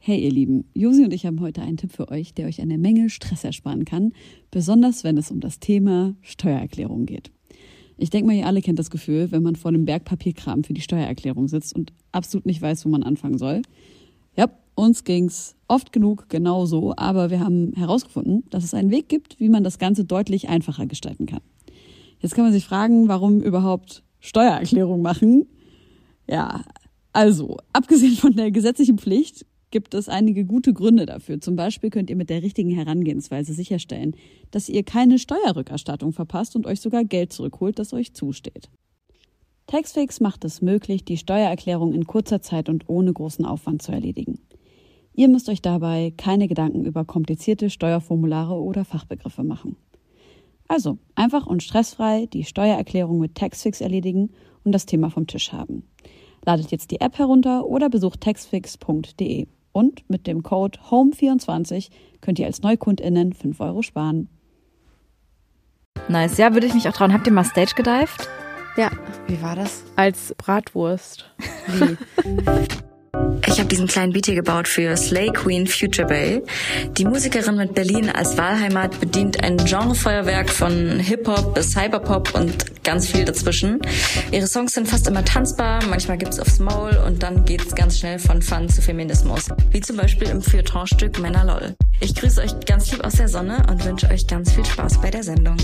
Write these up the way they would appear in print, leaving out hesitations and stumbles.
Hey ihr Lieben, Josi und ich haben heute einen Tipp für euch, der euch eine Menge Stress ersparen kann, besonders wenn es um das Thema Steuererklärung geht. Ich denke mal, ihr alle kennt das Gefühl, wenn man vor dem Berg Papierkram für die Steuererklärung sitzt und absolut nicht weiß, wo man anfangen soll. Ja, uns ging's oft genug genauso, aber wir haben herausgefunden, dass es einen Weg gibt, wie man das Ganze deutlich einfacher gestalten kann. Jetzt kann man sich fragen, warum überhaupt Steuererklärung machen? Ja, also, abgesehen von der gesetzlichen Pflicht, gibt es einige gute Gründe dafür. Zum Beispiel könnt ihr mit der richtigen Herangehensweise sicherstellen, dass ihr keine Steuerrückerstattung verpasst und euch sogar Geld zurückholt, das euch zusteht. Taxfix macht es möglich, die Steuererklärung in kurzer Zeit und ohne großen Aufwand zu erledigen. Ihr müsst euch dabei keine Gedanken über komplizierte Steuerformulare oder Fachbegriffe machen. Also einfach und stressfrei die Steuererklärung mit Taxfix erledigen und das Thema vom Tisch haben. Ladet jetzt die App herunter oder besucht taxfix.de. Und mit dem Code HOME24 könnt ihr als NeukundInnen 5 € sparen. Nice, ja, würde ich mich auch trauen. Habt ihr mal Stage gedived? Ja. Wie war das? Als Bratwurst. Wie? Ich habe diesen kleinen Beat hier gebaut für Slay Queen Future Bay. Die Musikerin mit Berlin als Wahlheimat bedient ein Genrefeuerwerk von Hip-Hop bis Cyberpop und ganz viel dazwischen. Ihre Songs sind fast immer tanzbar, manchmal gibt's aufs Maul und dann geht's ganz schnell von Fun zu Feminismus. Wie zum Beispiel im Feuilletonstück Männer LOL. Ich grüße euch ganz lieb aus der Sonne und wünsche euch ganz viel Spaß bei der Sendung.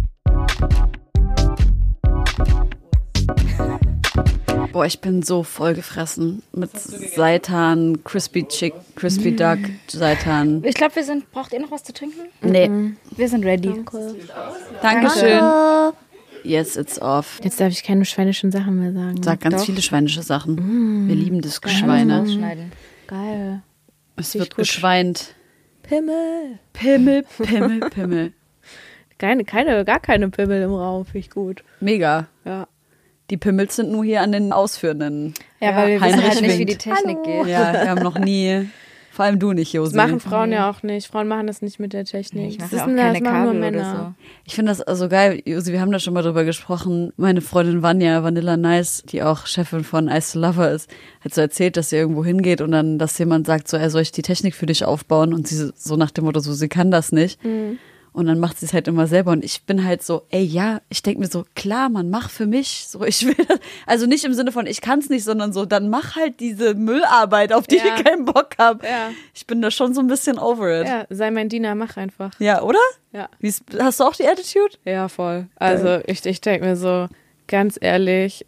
Boah, ich bin so vollgefressen mit Seitan, Crispy Duck, Seitan. Ich glaube, braucht ihr noch was zu trinken? Nee. Wir sind ready. Dankeschön. Yes, it's off. Jetzt darf ich keine schweinischen Sachen mehr sagen. Sag ganz viele schweinische Sachen. Wir lieben das Geschweine. Geil. Es wird geschweint. Pimmel. Pimmel. Gar keine Pimmel im Raum, finde ich gut. Mega. Ja. Die Pimmels sind nur hier an den Ausführenden. Ja, weil wir wissen halt nicht, wie die Technik Hallo. geht. Ja, wir haben noch nie, vor allem du nicht, Josi. Das machen Frauen ja auch nicht. Frauen machen das nicht mit der Technik. Ich Das mache ja auch machen keine nur Kabel Männer. oder so. Ich finde das also geil, Josi, wir haben da schon mal drüber gesprochen. Meine Freundin Vanja, Vanilla Nice, die auch Chefin von Ice to Lover ist, hat so erzählt, dass sie irgendwo hingeht und dann, dass jemand sagt so, soll ich die Technik für dich aufbauen? Und sie so nach dem Motto, so, sie kann das nicht. Mhm. Und dann macht sie es halt immer selber. Und ich bin halt so, ich denke mir so, klar, man, mach für mich. So, ich will das. Also nicht im Sinne von, ich kann es nicht, sondern so, dann mach halt diese Müllarbeit, auf die ich keinen Bock habe. Ja. Ich bin da schon so ein bisschen over it. Ja, sei mein Diener, mach einfach. Ja, oder? Ja. Hast du auch die Attitude? Ja, voll. Also ich denke mir so, ganz ehrlich,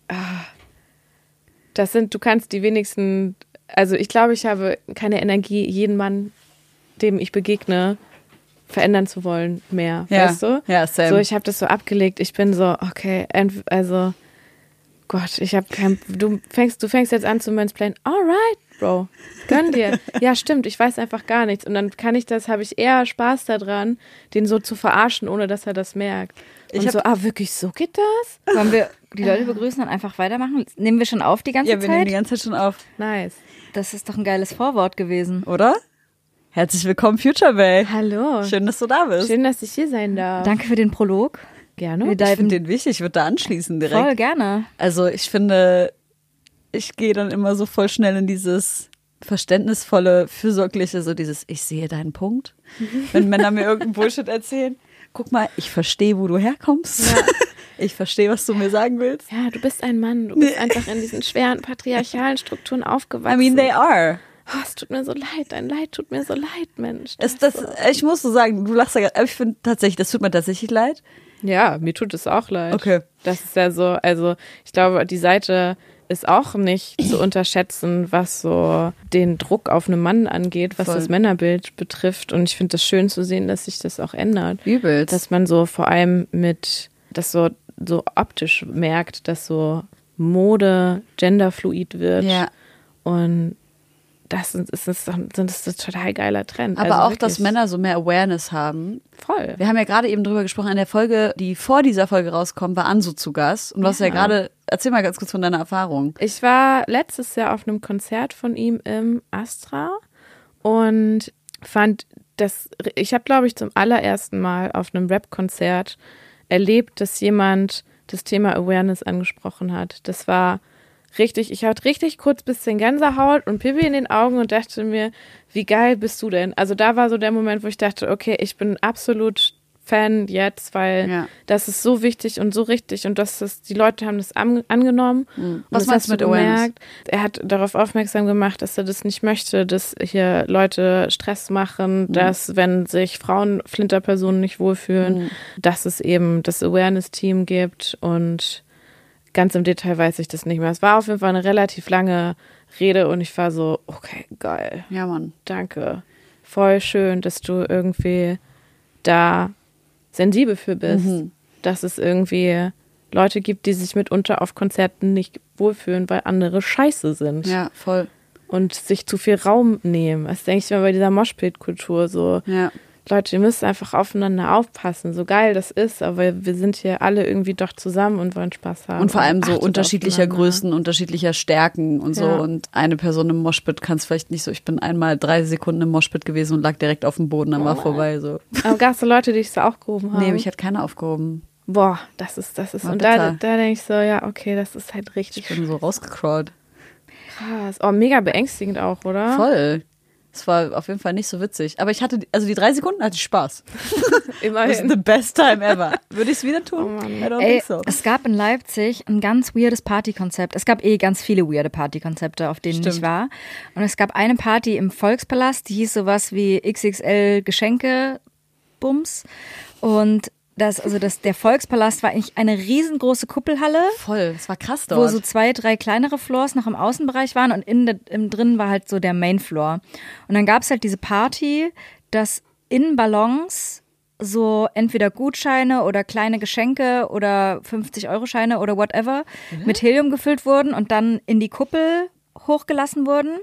du kannst die wenigsten, also ich glaube, ich habe keine Energie, jeden Mann, dem ich begegne, verändern zu wollen mehr, Ja. weißt du? Ja, same. So, ich habe das so abgelegt. Ich bin so, okay, also Gott, ich habe du fängst jetzt an zu mansplainen. Alright, Bro, gönn dir. Ja, stimmt, ich weiß einfach gar nichts. Und dann habe ich eher Spaß daran, den so zu verarschen, ohne dass er das merkt. Wirklich, so geht das? Wollen wir die Leute begrüßen und einfach weitermachen? Nehmen wir schon auf die ganze Zeit? Ja, wir nehmen die ganze Zeit schon auf. Nice. Das ist doch ein geiles Vorwort gewesen. Oder? Herzlich willkommen, Future Bay. Hallo. Schön, dass du da bist. Schön, dass ich hier sein darf. Danke für den Prolog. Gerne. Ich finde den wichtig, ich würde da anschließen direkt. Voll gerne. Also ich finde, ich gehe dann immer so voll schnell in dieses verständnisvolle, fürsorgliche, so dieses, ich sehe deinen Punkt. Wenn Männer mir irgendeinen Bullshit erzählen, guck mal, ich verstehe, wo du herkommst. Ja. Ich verstehe, was du mir sagen willst. Ja, du bist ein Mann. Du bist einfach in diesen schweren patriarchalen Strukturen aufgewachsen. I mean, they are. Oh, es tut mir so leid, dein Leid tut mir so leid, Mensch. Ich muss so sagen, du lachst ja gerade, aber ich finde tatsächlich, das tut mir tatsächlich leid. Ja, mir tut es auch leid. Okay. Das ist ja so, also ich glaube, die Seite ist auch nicht zu unterschätzen, was so den Druck auf einen Mann angeht, was Voll. das Männerbild betrifft. Und ich finde es schön zu sehen, dass sich das auch ändert. Übelst. Dass man so vor allem das so optisch merkt, dass so Mode genderfluid wird. Ja. Und das ist ein total geiler Trend. Aber also auch, wirklich. dass Männer so mehr Awareness haben. Voll. Wir haben ja gerade eben drüber gesprochen, in der Folge, die vor dieser Folge rauskommt, war Ansu zu Gast. Und du hast ja gerade, erzähl mal ganz kurz von deiner Erfahrung. Ich war letztes Jahr auf einem Konzert von ihm im Astra und ich habe, glaube ich, zum allerersten Mal auf einem Rap-Konzert erlebt, dass jemand das Thema Awareness angesprochen hat. Das war ich hatte richtig kurz bisschen Gänsehaut und Pipi in den Augen und dachte mir, wie geil bist du denn? Also da war so der Moment, wo ich dachte, okay, ich bin absolut Fan jetzt, weil das ist so wichtig und so richtig und die Leute haben das angenommen. Mhm. Was meinst du mit Awareness? Er hat darauf aufmerksam gemacht, dass er das nicht möchte, dass hier Leute Stress machen, dass wenn sich Frauen, Flinterpersonen nicht wohlfühlen, dass es eben das Awareness-Team gibt und ganz im Detail weiß ich das nicht mehr. Es war auf jeden Fall eine relativ lange Rede und ich war so, okay, geil. Ja, Mann. Danke. Voll schön, dass du irgendwie da sensibel für bist, dass es irgendwie Leute gibt, die sich mitunter auf Konzerten nicht wohlfühlen, weil andere scheiße sind. Ja, voll. Und sich zu viel Raum nehmen. Das denke ich mir bei dieser Moshpit-Kultur so. Ja. Leute, ihr müsst einfach aufeinander aufpassen, so geil das ist, aber wir sind hier alle irgendwie doch zusammen und wollen Spaß haben. Und vor allem so unterschiedlicher Größen, unterschiedlicher Stärken und so. Ja. Und eine Person im Moshpit kann es vielleicht nicht so. Ich bin einmal 3 Sekunden im Moshpit gewesen und lag direkt auf dem Boden, dann war vorbei. So. Aber gab es so Leute, die dich so aufgehoben haben? Nee, mich hat keiner aufgehoben. Boah, das ist. War Und bitter. da denke ich so, ja, okay, das ist halt richtig Ich bin so rausgecrawlt. krass. Oh, mega beängstigend auch, oder? Voll. Es war auf jeden Fall nicht so witzig. Aber ich hatte, also die 3 Sekunden hatte ich Spaß. Das ist Immerhin. the best time ever. Würde ich es wieder tun? Oh Mann. I don't Ey, think so. es gab in Leipzig ein ganz weirdes Partykonzept. Es gab ganz viele weirde Partykonzepte, auf denen ich war. Und es gab eine Party im Volkspalast, die hieß sowas wie XXL Geschenke-Bums. Und der Volkspalast war eigentlich eine riesengroße Kuppelhalle. Voll, es war krass dort. Wo so 2, 3 kleinere Floors noch im Außenbereich waren und im drinnen war halt so der Mainfloor. Und dann gab es halt diese Party, dass in Ballons so entweder Gutscheine oder kleine Geschenke oder 50-Euro-Scheine oder whatever mit Helium gefüllt wurden und dann in die Kuppel hochgelassen wurden.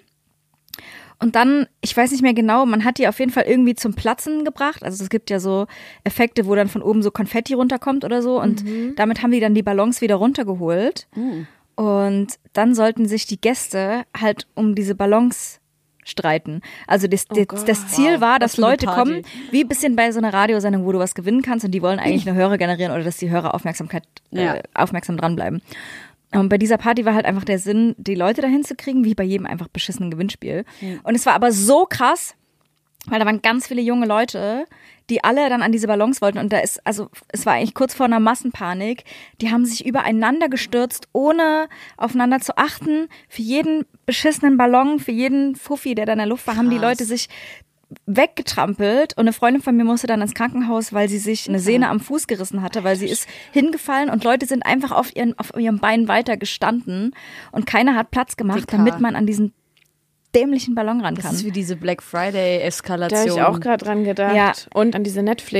Und dann, ich weiß nicht mehr genau, man hat die auf jeden Fall irgendwie zum Platzen gebracht. Also es gibt ja so Effekte, wo dann von oben so Konfetti runterkommt oder so. Und damit haben die dann die Ballons wieder runtergeholt. Und dann sollten sich die Gäste halt um diese Ballons streiten. Also das Ziel war, dass was für eine Leute Party. kommen, wie ein bisschen bei so einer Radiosendung, wo du was gewinnen kannst und die wollen eigentlich eine Hörer generieren oder dass die Hörer aufmerksam dranbleiben. Und bei dieser Party war halt einfach der Sinn, die Leute dahin zu kriegen, wie bei jedem einfach beschissenen Gewinnspiel. Und es war aber so krass, weil da waren ganz viele junge Leute, die alle dann an diese Ballons wollten. Und es war eigentlich kurz vor einer Massenpanik. Die haben sich übereinander gestürzt, ohne aufeinander zu achten. Für jeden beschissenen Ballon, für jeden Fuffi, der da in der Luft war, haben die Leute sich weggetrampelt und eine Freundin von mir musste dann ins Krankenhaus, weil sie sich eine Sehne am Fuß gerissen hatte, weil sie ist hingefallen und Leute sind einfach auf ihrem Bein weiter gestanden und keiner hat Platz gemacht, damit man an diesen dämlichen Ballon ran kann. Das ist wie diese Black Friday-Eskalation. Da habe ich auch gerade dran gedacht. Ja. Und an diese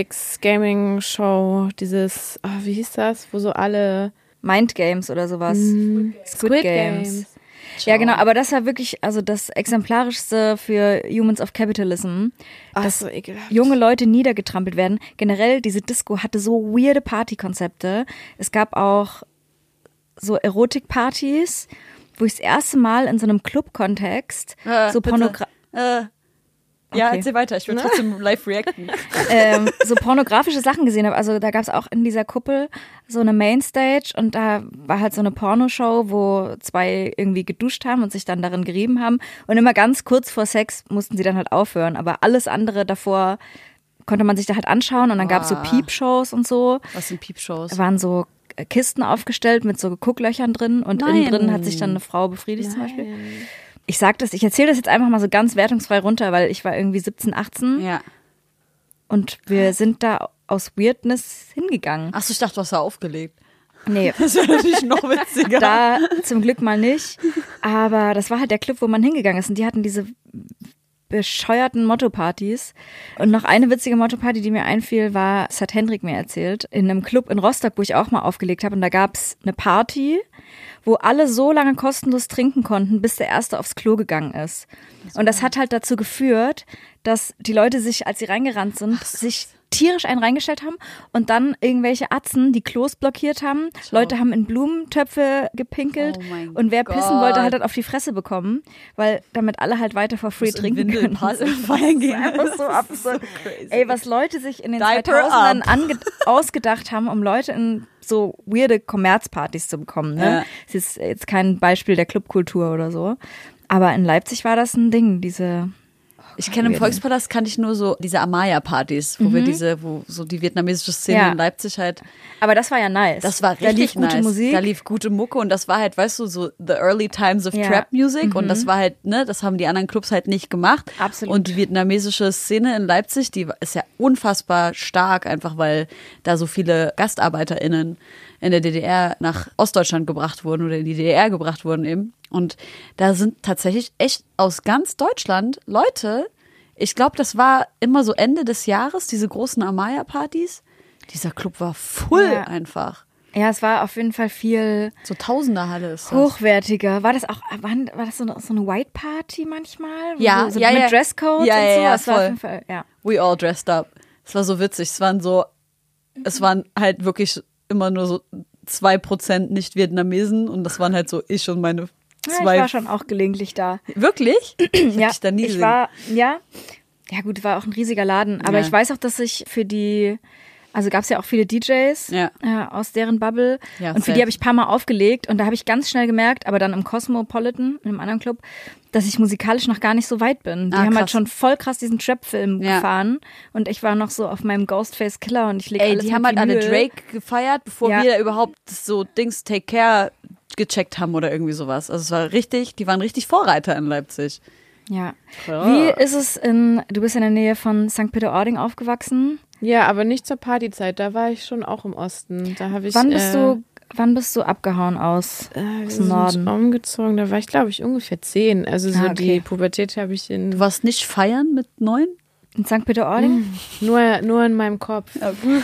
Netflix-Gaming-Show, dieses, wie hieß das, wo so alle Mind Games oder sowas. Squid Games. Ja, genau, aber das war wirklich das Exemplarischste für Humans of Capitalism, dass so ekelhaft. junge Leute niedergetrampelt werden. Generell, diese Disco hatte so weirde Partykonzepte. Es gab auch so Erotikpartys, wo ich das erste Mal in so einem Club-Kontext so Ja, Okay. erzähl weiter, ich will trotzdem live reacten. so pornografische Sachen gesehen habe. Also da gab es auch in dieser Kuppel so eine Mainstage und da war halt so eine Pornoshow, wo 2 irgendwie geduscht haben und sich dann darin gerieben haben. Und immer ganz kurz vor Sex mussten sie dann halt aufhören. Aber alles andere davor konnte man sich da halt anschauen und dann gab es so Piepshows und so. Was sind Piepshows? Da waren so Kisten aufgestellt mit so Gucklöchern drin und innen drin hat sich dann eine Frau befriedigt zum Beispiel. Ich erzähle das jetzt einfach mal so ganz wertungsfrei runter, weil ich war irgendwie 17, 18 Ja. und wir sind da aus Weirdness hingegangen. Achso, ich dachte, du hast da aufgelegt. Nee, Das wäre natürlich noch witziger. da zum Glück mal nicht. Aber das war halt der Club, wo man hingegangen ist und die hatten diese bescheuerten Motto-Partys. Und noch eine witzige Motto-Party, die mir einfiel, war, das hat Hendrik mir erzählt, in einem Club in Rostock, wo ich auch mal aufgelegt habe. Und da gab es eine Party, wo alle so lange kostenlos trinken konnten, bis der Erste aufs Klo gegangen ist. Und das hat halt dazu geführt, dass die Leute sich, als sie reingerannt sind, sich tierisch einen reingestellt haben und dann irgendwelche Atzen die Klos blockiert haben. Leute haben in Blumentöpfe gepinkelt und wer pissen wollte, hat auf die Fresse bekommen, weil damit alle halt weiter for free trinken können. Feiern gehen. Einfach so absurd. Ey, was Leute sich in den 2000ern ausgedacht haben, um Leute in so weirde Kommerzpartys zu bekommen. Ne? Ja. Es ist jetzt kein Beispiel der Clubkultur oder so. Aber in Leipzig war das ein Ding, ich kenne im Volkspalast, kannte ich nur so diese Amaya-Partys, wo so die vietnamesische Szene in Leipzig halt. Aber das war ja nice. Das war richtig gute nice. Musik. Da lief gute Mucke und das war halt, weißt du, so the early times of Trap Music und das war halt, ne, das haben die anderen Clubs halt nicht gemacht. Absolut. Und die vietnamesische Szene in Leipzig, die ist ja unfassbar stark, einfach weil da so viele GastarbeiterInnen in der DDR nach Ostdeutschland gebracht wurden oder in die DDR gebracht wurden eben. Und da sind tatsächlich echt aus ganz Deutschland Leute, ich glaube, das war immer so Ende des Jahres, diese großen Amaya-Partys. Dieser Club war full einfach. Ja, es war auf jeden Fall viel so Tausenderhalle ist das. Hochwertiger. War das so eine White Party manchmal? Ja, so mit Dresscode und so? Ja, es war auf jeden Fall, We all dressed up. Es war so witzig. Es waren halt wirklich immer nur so 2% Nicht-Vietnamesen und das waren halt so ich und meine zwei. Ich war schon auch gelegentlich da. Wirklich? Ich ja, dich da nie ich war, ja gut, war auch ein riesiger Laden, aber ich weiß auch, dass ich also gab es ja auch viele DJs aus deren Bubble und für die habe ich ein paar Mal aufgelegt und da habe ich ganz schnell gemerkt, aber dann im Cosmopolitan, in einem anderen Club, dass ich musikalisch noch gar nicht so weit bin. Die haben halt schon voll krass diesen Trap-Film gefahren und ich war noch so auf meinem Ghostface Killer und ich lege alles die haben halt alle Drake gefeiert, bevor wir überhaupt so Take Care gecheckt haben oder irgendwie sowas. Also es war die waren richtig Vorreiter in Leipzig. Ja. Wie ist es du bist in der Nähe von St. Peter-Ording aufgewachsen? Ja, aber nicht zur Partyzeit, da war ich schon auch im Osten. Da habe ich. Wann bist du abgehauen aus dem Norden? Umgezogen, da war ich, glaube ich, ungefähr 10. Also so die Pubertät habe ich Du warst nicht feiern mit 9? In St. Peter-Ording? Nur in meinem Kopf. Okay.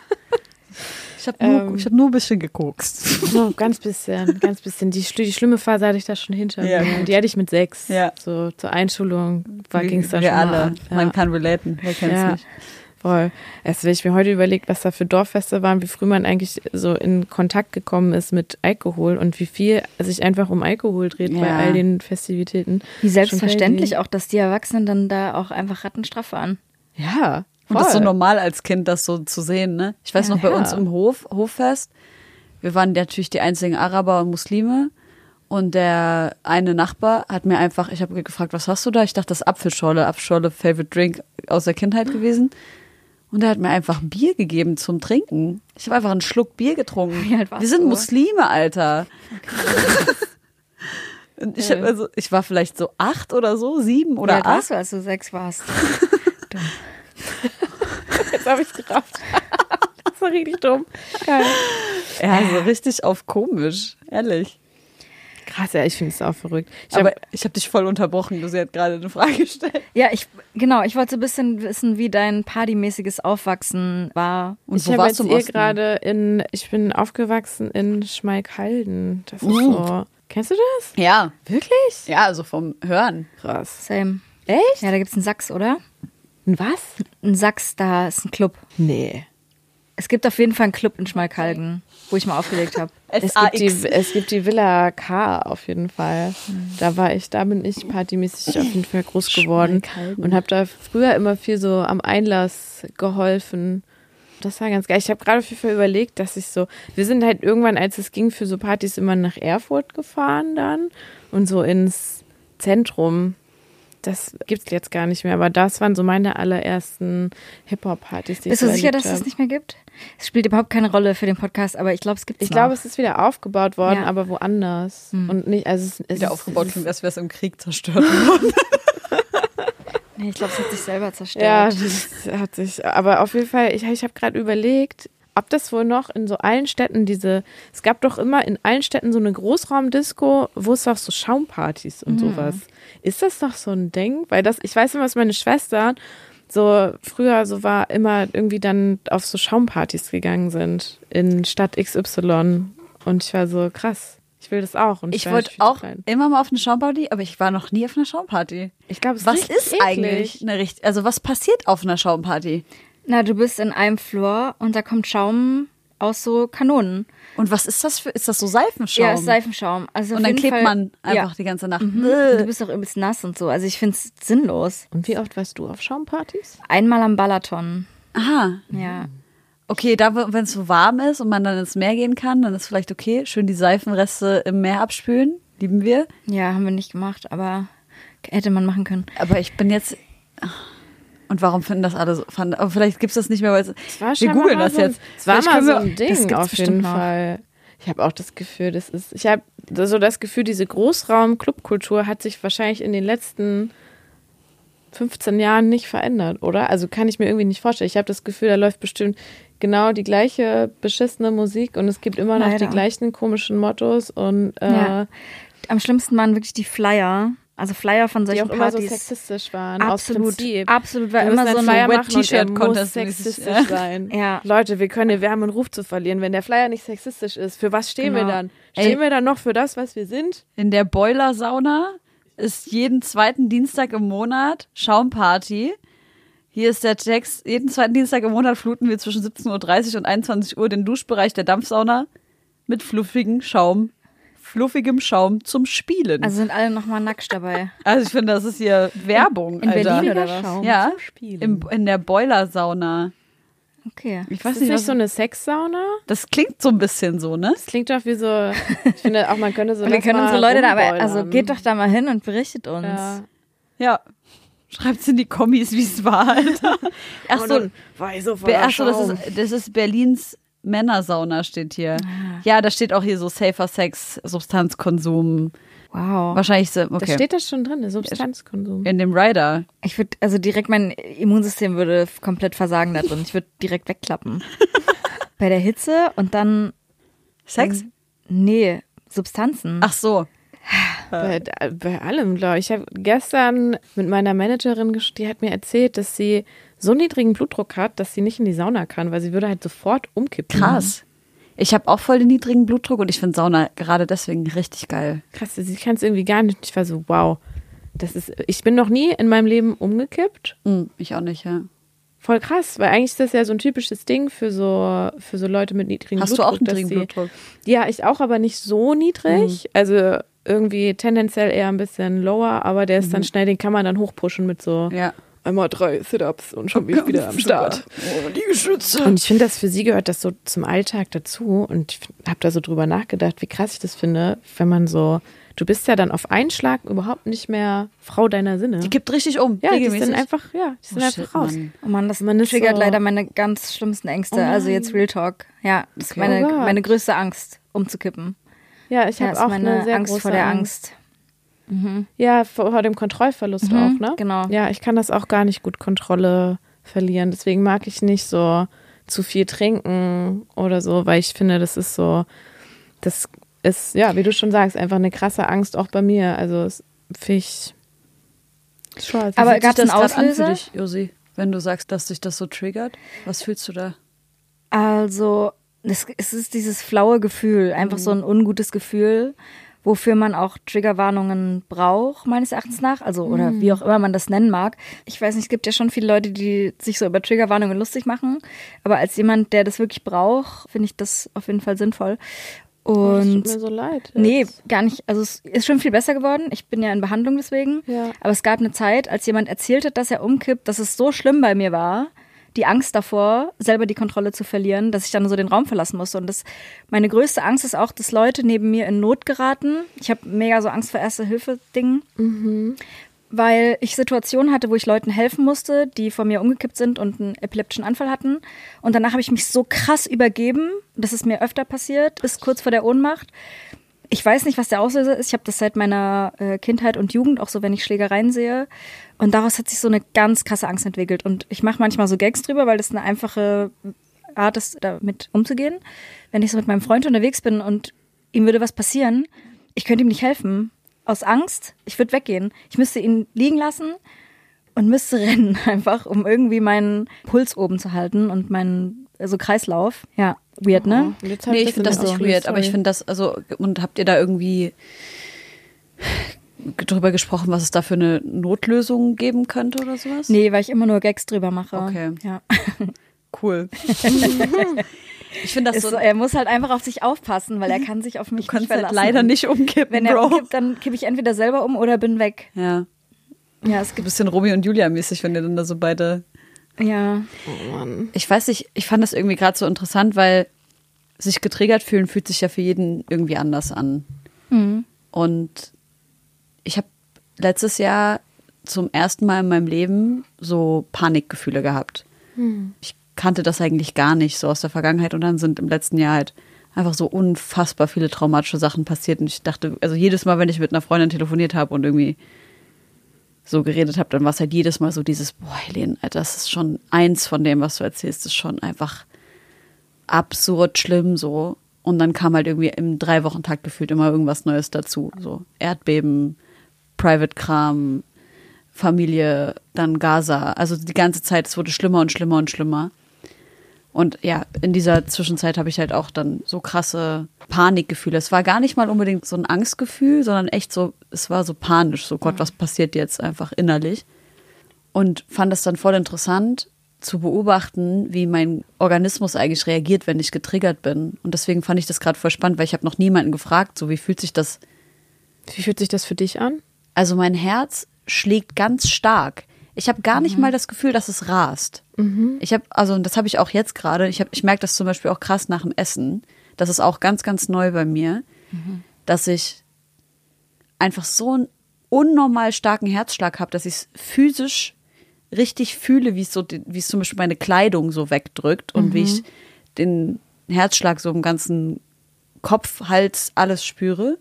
Ich hab nur ein bisschen gekokst. No, ganz bisschen. Die schlimme Phase hatte ich da schon hinter mir. Die hatte ich mit 6. Ja. So zur Einschulung ging es da schon alle. mal ab. Ja. Man kann relaten, wer kennt's nicht. Voll. Erst wenn ich mir heute überlegt, was da für Dorffeste waren, wie früh man eigentlich so in Kontakt gekommen ist mit Alkohol und wie viel sich einfach um Alkohol dreht bei all den Festivitäten. Wie selbstverständlich auch, dass die Erwachsenen dann da auch einfach rattenstraff waren. Ja. Und das ist so normal als Kind, das so zu sehen, ne? Ich weiß noch, bei uns im Hoffest, wir waren natürlich die einzigen Araber und Muslime und der eine Nachbar hat mir einfach, ich habe gefragt, was hast du da? Ich dachte, das ist Apfelschorle, Favorite Drink aus der Kindheit gewesen. Und er hat mir einfach Bier gegeben zum Trinken. Ich habe einfach einen Schluck Bier getrunken. Wie alt warst wir sind du? Muslime, Alter. Okay. Und ich war vielleicht so 8 oder so, 7 oder 8. Wie alt warst du, als du 6 warst? Dumm. Jetzt habe ich es gerafft. Das war richtig dumm. Geil. Ja, so richtig auf komisch, ehrlich. Krass, ja, ich finde es auch verrückt. Ich habe dich voll unterbrochen, sie hat gerade eine Frage gestellt. Ja, ich wollte ein bisschen wissen, wie dein partymäßiges Aufwachsen war. Und wo warst du im Osten? Ich bin aufgewachsen in Schmalkalden. Das ist so. Kennst du das? Ja. Wirklich? Ja, also vom Hören. Krass. Same. Echt? Ja, da gibt's einen Sachs, oder? Ein was? Ein Sachs, da ist ein Club. Nee. Es gibt auf jeden Fall einen Club in Schmalkalden, wo ich mal aufgelegt habe. Es gibt die Villa K auf jeden Fall. Da bin ich partymäßig auf jeden Fall groß geworden und habe da früher immer viel so am Einlass geholfen. Das war ganz geil. Ich habe gerade auf jeden Fall überlegt, dass wir sind halt irgendwann, als es ging, für so Partys immer nach Erfurt gefahren dann und so ins Zentrum. Das gibt's jetzt gar nicht mehr, aber das waren so meine allerersten Hip-Hop-Partys, die Bist du sicher, dass es nicht mehr gibt? Es spielt überhaupt keine Rolle für den Podcast, aber ich glaube, es gibt es noch. Ich glaube, es ist wieder aufgebaut worden, aber woanders. Und nicht, also es wieder aufgebaut, als wäre es im Krieg zerstört worden. Nee, ich glaube, es hat sich selber zerstört. Ja, das hat sich, aber auf jeden Fall, ich habe gerade überlegt, ob das wohl noch in so allen Städten es gab doch immer in allen Städten so eine Großraumdisco, wo es auch so Schaumpartys und sowas. Ist das noch so ein Ding? Weil ich weiß immer, dass meine Schwestern so früher so war, immer irgendwie dann auf so Schaumpartys gegangen sind in Stadt XY und ich war so, krass, ich will das auch. Und ich wollte auch immer mal auf eine Schaumparty, aber ich war noch nie auf einer Schaumparty. Ich glaube, es was ist eigentlich eine was passiert auf einer Schaumparty? Na, du bist in einem Flur und da kommt Schaum aus so Kanonen. Und was ist das für, ist das so Seifenschaum? Ja, ist Seifenschaum. Also und auf dann jeden klebt Fall, man einfach die ganze Nacht. Du bist doch übelst nass und so. Also ich find's sinnlos. Und wie oft warst du auf Schaumpartys? Einmal am Balaton. Aha. Ja. Okay, da, wenn es so warm ist und man dann ins Meer gehen kann, dann ist vielleicht okay. Schön die Seifenreste im Meer abspülen. Lieben wir. Ja, haben wir nicht gemacht, aber hätte man machen können. Aber ich bin jetzt... Und warum finden das alle so? Aber vielleicht gibt es das nicht mehr, weil wir googeln das jetzt. Es war Vielleicht mal können so wir- ein das Ding gibt's auf bestimmt jeden noch. Fall. Ich habe auch das Gefühl, ich habe so das Gefühl, diese Großraum-Clubkultur hat sich wahrscheinlich in den letzten 15 Jahren nicht verändert, oder? Also kann ich mir irgendwie nicht vorstellen. Ich habe das Gefühl, da läuft bestimmt genau die gleiche beschissene Musik und es gibt immer noch Leider. die gleichen komischen Mottos und Ja. Am schlimmsten waren wirklich die Flyer. Also Flyer von die solchen auch immer so Partys. sexistisch waren. Absolut. Aus Prinzip. Absolut. War Wir immer müssen so einen eine Flyer Wet machen und er T-Shirt muss Contest sexistisch mäßig. sein. Ja. Leute, wir haben einen Ruf zu verlieren. Wenn der Flyer nicht sexistisch ist, für was stehen wir Genau. dann? Ey. Stehen wir dann noch für das, was wir sind? In der Boiler-Sauna ist jeden zweiten Dienstag im Monat Schaumparty. Hier ist der Text, jeden zweiten Dienstag im Monat fluten wir zwischen 17:30 und 21 Uhr den Duschbereich der Dampfsauna mit fluffigem Schaum zum Spielen. Also sind alle nochmal nackt dabei. Also ich finde, das ist hier Werbung, In Alter. Berlin oder was? Schaum Ja, zum Spielen. in der Boiler-Sauna. Okay. Ich Ist weiß das nicht, nicht was, so eine Sexsauna? das klingt so ein bisschen so, ne? Das klingt doch wie so, ich finde auch, man könnte so Wir können mal unsere Leute da, aber rumboilern. also geht doch da mal hin und berichtet uns. Ja. Ja. Schreibt's in die Kommis, wie es war, Alter. Ach so, das ist Berlins Männersauna steht hier. Ja, da steht auch hier so safer Sex, Substanzkonsum. Wow. Wahrscheinlich so, Da okay. steht das schon drin, der Substanzkonsum. In dem Rider. Ich würde, also direkt mein Immunsystem würde komplett versagen da drin. Ich würde direkt wegklappen. Bei der Hitze und dann, Sex? nee, Substanzen. Ach so. Bei allem, glaube ich. Ich habe gestern mit meiner Managerin, die hat mir erzählt, dass sie so niedrigen Blutdruck hat, dass sie nicht in die Sauna kann, weil sie würde halt sofort umkippen. Krass. Ich habe auch voll den niedrigen Blutdruck und ich finde Sauna gerade deswegen richtig geil. Krass, sie kann es irgendwie gar nicht. Ich war so, wow. Ich bin noch nie in meinem Leben umgekippt. Ich auch nicht, ja. Voll krass, weil eigentlich ist das ja so ein typisches Ding für so Leute mit niedrigem Hast du Blutdruck. auch niedrigen dass Blutdruck? Ja, ich auch, aber nicht so niedrig. Also irgendwie tendenziell eher ein bisschen lower, aber der ist dann schnell, den kann man dann hochpushen mit so Ja. einmal 3 Sit-Ups und schon bin ich wieder am Start. Liegestütze. Und ich finde, dass für sie gehört das so zum Alltag dazu. Und ich habe da so drüber nachgedacht, wie krass ich das finde, wenn man so, du bist ja dann auf einen Schlag überhaupt nicht mehr Frau deiner Sinne. Die kippt richtig um. ja, die regelmäßig. sind einfach, einfach raus. Mann. Oh Mann, das Man ist triggert so- leider meine ganz schlimmsten Ängste. Also jetzt Real Talk. Ja, das ist Oh Gott. meine größte Angst, umzukippen. Ja, ich Ja, habe ist auch meine eine sehr Angst große vor der Angst. Ja, vor dem Kontrollverlust auch, ne? genau. Ja, ich kann das auch gar nicht gut Kontrolle verlieren. Deswegen mag ich nicht so zu viel trinken oder so, weil ich finde, das ist, ja, wie du schon sagst, einfach eine krasse Angst auch bei mir. Also, es finde ich schade. Aber Fühlt sich gab's einen das grad an Auslöser? für dich, Josi, wenn du sagst, dass dich das so triggert? Was fühlst du da? Also, es ist dieses flaue Gefühl, einfach so ein ungutes Gefühl, wofür man auch Triggerwarnungen braucht, meines Erachtens nach. Also, oder wie auch immer man das nennen mag. Ich weiß nicht, es gibt ja schon viele Leute, die sich so über Triggerwarnungen lustig machen. Aber als jemand, der das wirklich braucht, finde ich das auf jeden Fall sinnvoll. Das Und tut mir so leid. nee, gar nicht. Also es ist schon viel besser geworden. Ich bin ja in Behandlung deswegen. Ja. Aber es gab eine Zeit, als jemand erzählt hat, dass er umkippt, dass es so schlimm bei mir war, die Angst davor, selber die Kontrolle zu verlieren, dass ich dann so den Raum verlassen musste. Und meine größte Angst ist auch, dass Leute neben mir in Not geraten. Ich habe mega so Angst vor Erste-Hilfe-Dingen. Weil ich Situationen hatte, wo ich Leuten helfen musste, die vor mir umgekippt sind und einen epileptischen Anfall hatten. Und danach habe ich mich so krass übergeben. Das ist mir öfter passiert, bis kurz vor der Ohnmacht. Ich weiß nicht, was der Auslöser ist. Ich habe das seit meiner Kindheit und Jugend, auch so, wenn ich Schlägereien sehe. Und daraus hat sich so eine ganz krasse Angst entwickelt. Und ich mache manchmal so Gags drüber, weil das eine einfache Art ist, damit umzugehen. Wenn ich so mit meinem Freund unterwegs bin und ihm würde was passieren, ich könnte ihm nicht helfen. Aus Angst, ich würde weggehen. Ich müsste ihn liegen lassen und müsste rennen einfach, um irgendwie meinen Puls oben zu halten und meinen Kreislauf. Ja, weird, ne? Und jetzt hab Nee, ich finde das in der nicht Story. weird, aber ich finde das, also, und habt ihr da irgendwie, drüber gesprochen, was es da für eine Notlösung geben könnte oder sowas? Nee, weil ich immer nur Gags drüber mache. Okay. Ja. Cool. Ich finde das so. Er muss halt einfach auf sich aufpassen, weil er kann sich auf mich Du kannst nicht verlassen. halt leider nicht umkippen, Wenn er Bro. umkippt, dann kippe ich entweder selber um oder bin weg. Ja. Ja, es Ein gibt. bisschen Romeo und Julia mäßig, wenn ihr dann da so beide. Ja. Oh Mann. Ich weiß nicht, ich fand das irgendwie gerade so interessant, weil sich getriggert fühlen fühlt sich ja für jeden irgendwie anders an. Mhm. Und ich habe letztes Jahr zum ersten Mal in meinem Leben so Panikgefühle gehabt. Ich kannte das eigentlich gar nicht so aus der Vergangenheit und dann sind im letzten Jahr halt einfach so unfassbar viele traumatische Sachen passiert und ich dachte, also jedes Mal, wenn ich mit einer Freundin telefoniert habe und irgendwie so geredet habe, dann war es halt jedes Mal so dieses, boah, Helene, Alter, das ist schon eins von dem, was du erzählst, ist schon einfach absurd schlimm so. Und dann kam halt irgendwie im 3-Wochen-Takt gefühlt immer irgendwas Neues dazu. So Erdbeben, Private-Kram, Familie, dann Gaza. Also die ganze Zeit, es wurde schlimmer und schlimmer und schlimmer. Und ja, in dieser Zwischenzeit habe ich halt auch dann so krasse Panikgefühle. Es war gar nicht mal unbedingt so ein Angstgefühl, sondern echt so, es war so panisch. So, Gott, was passiert jetzt einfach innerlich? Und fand es dann voll interessant zu beobachten, wie mein Organismus eigentlich reagiert, wenn ich getriggert bin. Und deswegen fand ich das gerade voll spannend, weil ich habe noch niemanden gefragt, so wie fühlt sich das. Wie fühlt sich das für dich an? Also mein Herz schlägt ganz stark. Ich habe gar nicht mal das Gefühl, dass es rast. Ich habe, also und das habe ich auch jetzt gerade, ich merke das zum Beispiel auch krass nach dem Essen. Das ist auch ganz, ganz neu bei mir, dass ich einfach so einen unnormal starken Herzschlag habe, dass ich es physisch richtig fühle, wie es zum Beispiel meine Kleidung so wegdrückt und wie ich den Herzschlag so im ganzen Kopf, Hals, alles spüre.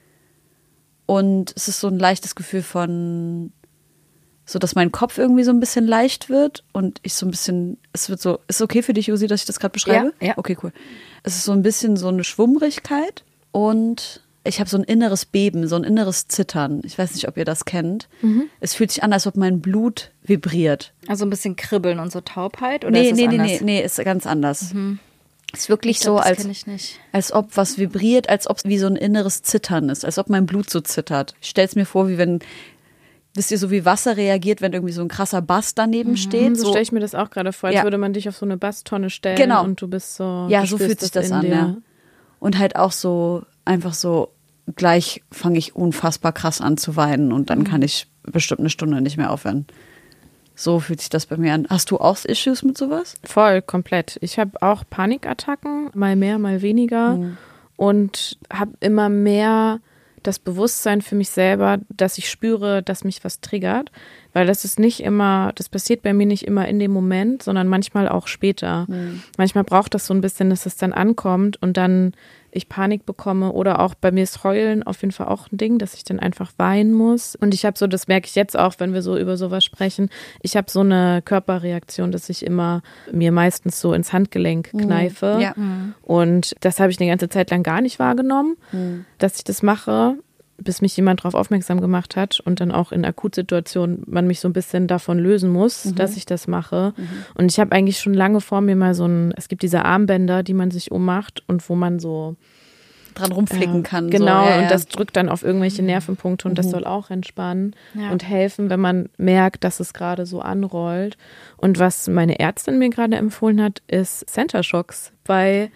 Und es ist so ein leichtes Gefühl von, so dass mein Kopf irgendwie so ein bisschen leicht wird und ich so ein bisschen, es wird so, ist okay für dich, Josi, dass ich das gerade beschreibe? Ja. Okay, cool. Es ist so ein bisschen so eine Schwummrigkeit und ich habe so ein inneres Beben, so ein inneres Zittern. Ich weiß nicht, ob ihr das kennt. Es fühlt sich an, als ob mein Blut vibriert. Also ein bisschen Kribbeln und so Taubheit? Oder ist es anders? Nee, ist ganz anders. Ist wirklich Ich glaub, so, das kenn ich nicht. als ob was vibriert, als ob es wie so ein inneres Zittern ist, als ob mein Blut so zittert. Ich stell's mir vor, wie wenn, wisst ihr, so wie Wasser reagiert, wenn irgendwie so ein krasser Bass daneben steht. So stelle ich mir das auch gerade vor, als Ja. würde man dich auf so eine Basstonne stellen Genau. und du bist so. Ja, du so spürst fühlt sich das in an, dir. ja. Und halt auch so, einfach so, gleich fange ich unfassbar krass an zu weinen und dann kann ich bestimmt eine Stunde nicht mehr aufhören. So fühlt sich das bei mir an. Hast du auch Issues mit sowas? Voll, komplett. Ich habe auch Panikattacken, mal mehr, mal weniger. Und habe immer mehr das Bewusstsein für mich selber, dass ich spüre, dass mich was triggert. Weil das ist nicht immer, das passiert bei mir nicht immer in dem Moment, sondern manchmal auch später. Manchmal braucht das so ein bisschen, dass es dann ankommt und dann ich Panik bekomme oder auch bei mir ist Heulen auf jeden Fall auch ein Ding, dass ich dann einfach weinen muss. Und ich habe so, das merke ich jetzt auch, wenn wir so über sowas sprechen, ich habe so eine Körperreaktion, dass ich immer mir meistens so ins Handgelenk kneife. Ja. Und das habe ich eine ganze Zeit lang gar nicht wahrgenommen, dass ich das mache, bis mich jemand darauf aufmerksam gemacht hat und dann auch in Akutsituationen man mich so ein bisschen davon lösen muss, dass ich das mache. Und ich habe eigentlich schon lange vor mir mal es gibt diese Armbänder, die man sich ummacht und wo man so Dran rumflicken kann. Genau, so. Ja, und das drückt dann auf irgendwelche Nervenpunkte und das soll auch entspannen und helfen, wenn man merkt, dass es gerade so anrollt. Und was meine Ärztin mir gerade empfohlen hat, ist Center Shocks bei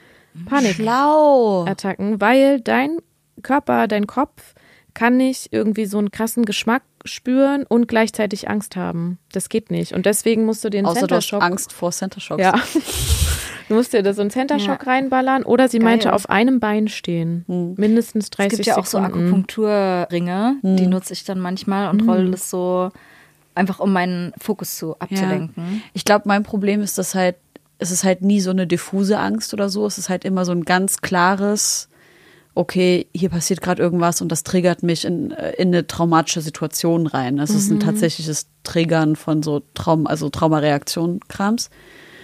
Panikattacken, weil dein Körper, dein Kopf kann nicht irgendwie so einen krassen Geschmack spüren und gleichzeitig Angst haben. Das geht nicht. Und deswegen musst du den Außer du hast Center Shock. Angst vor Center Shocks. Ja. Du musst dir da so einen Center Shock reinballern oder sie meinte auf einem Bein stehen. Mindestens 30 Sekunden. Es gibt ja auch so Akupunkturringe, die nutze ich dann manchmal und rolle das so einfach, um meinen Fokus abzulenken. Ja. Ich glaube, mein Problem ist, dass halt, es ist halt nie so eine diffuse Angst oder so. Es ist halt immer so ein ganz klares, okay, hier passiert gerade irgendwas und das triggert mich in eine traumatische Situation rein. Es ist ein tatsächliches Triggern von so Traumareaktion-Krams.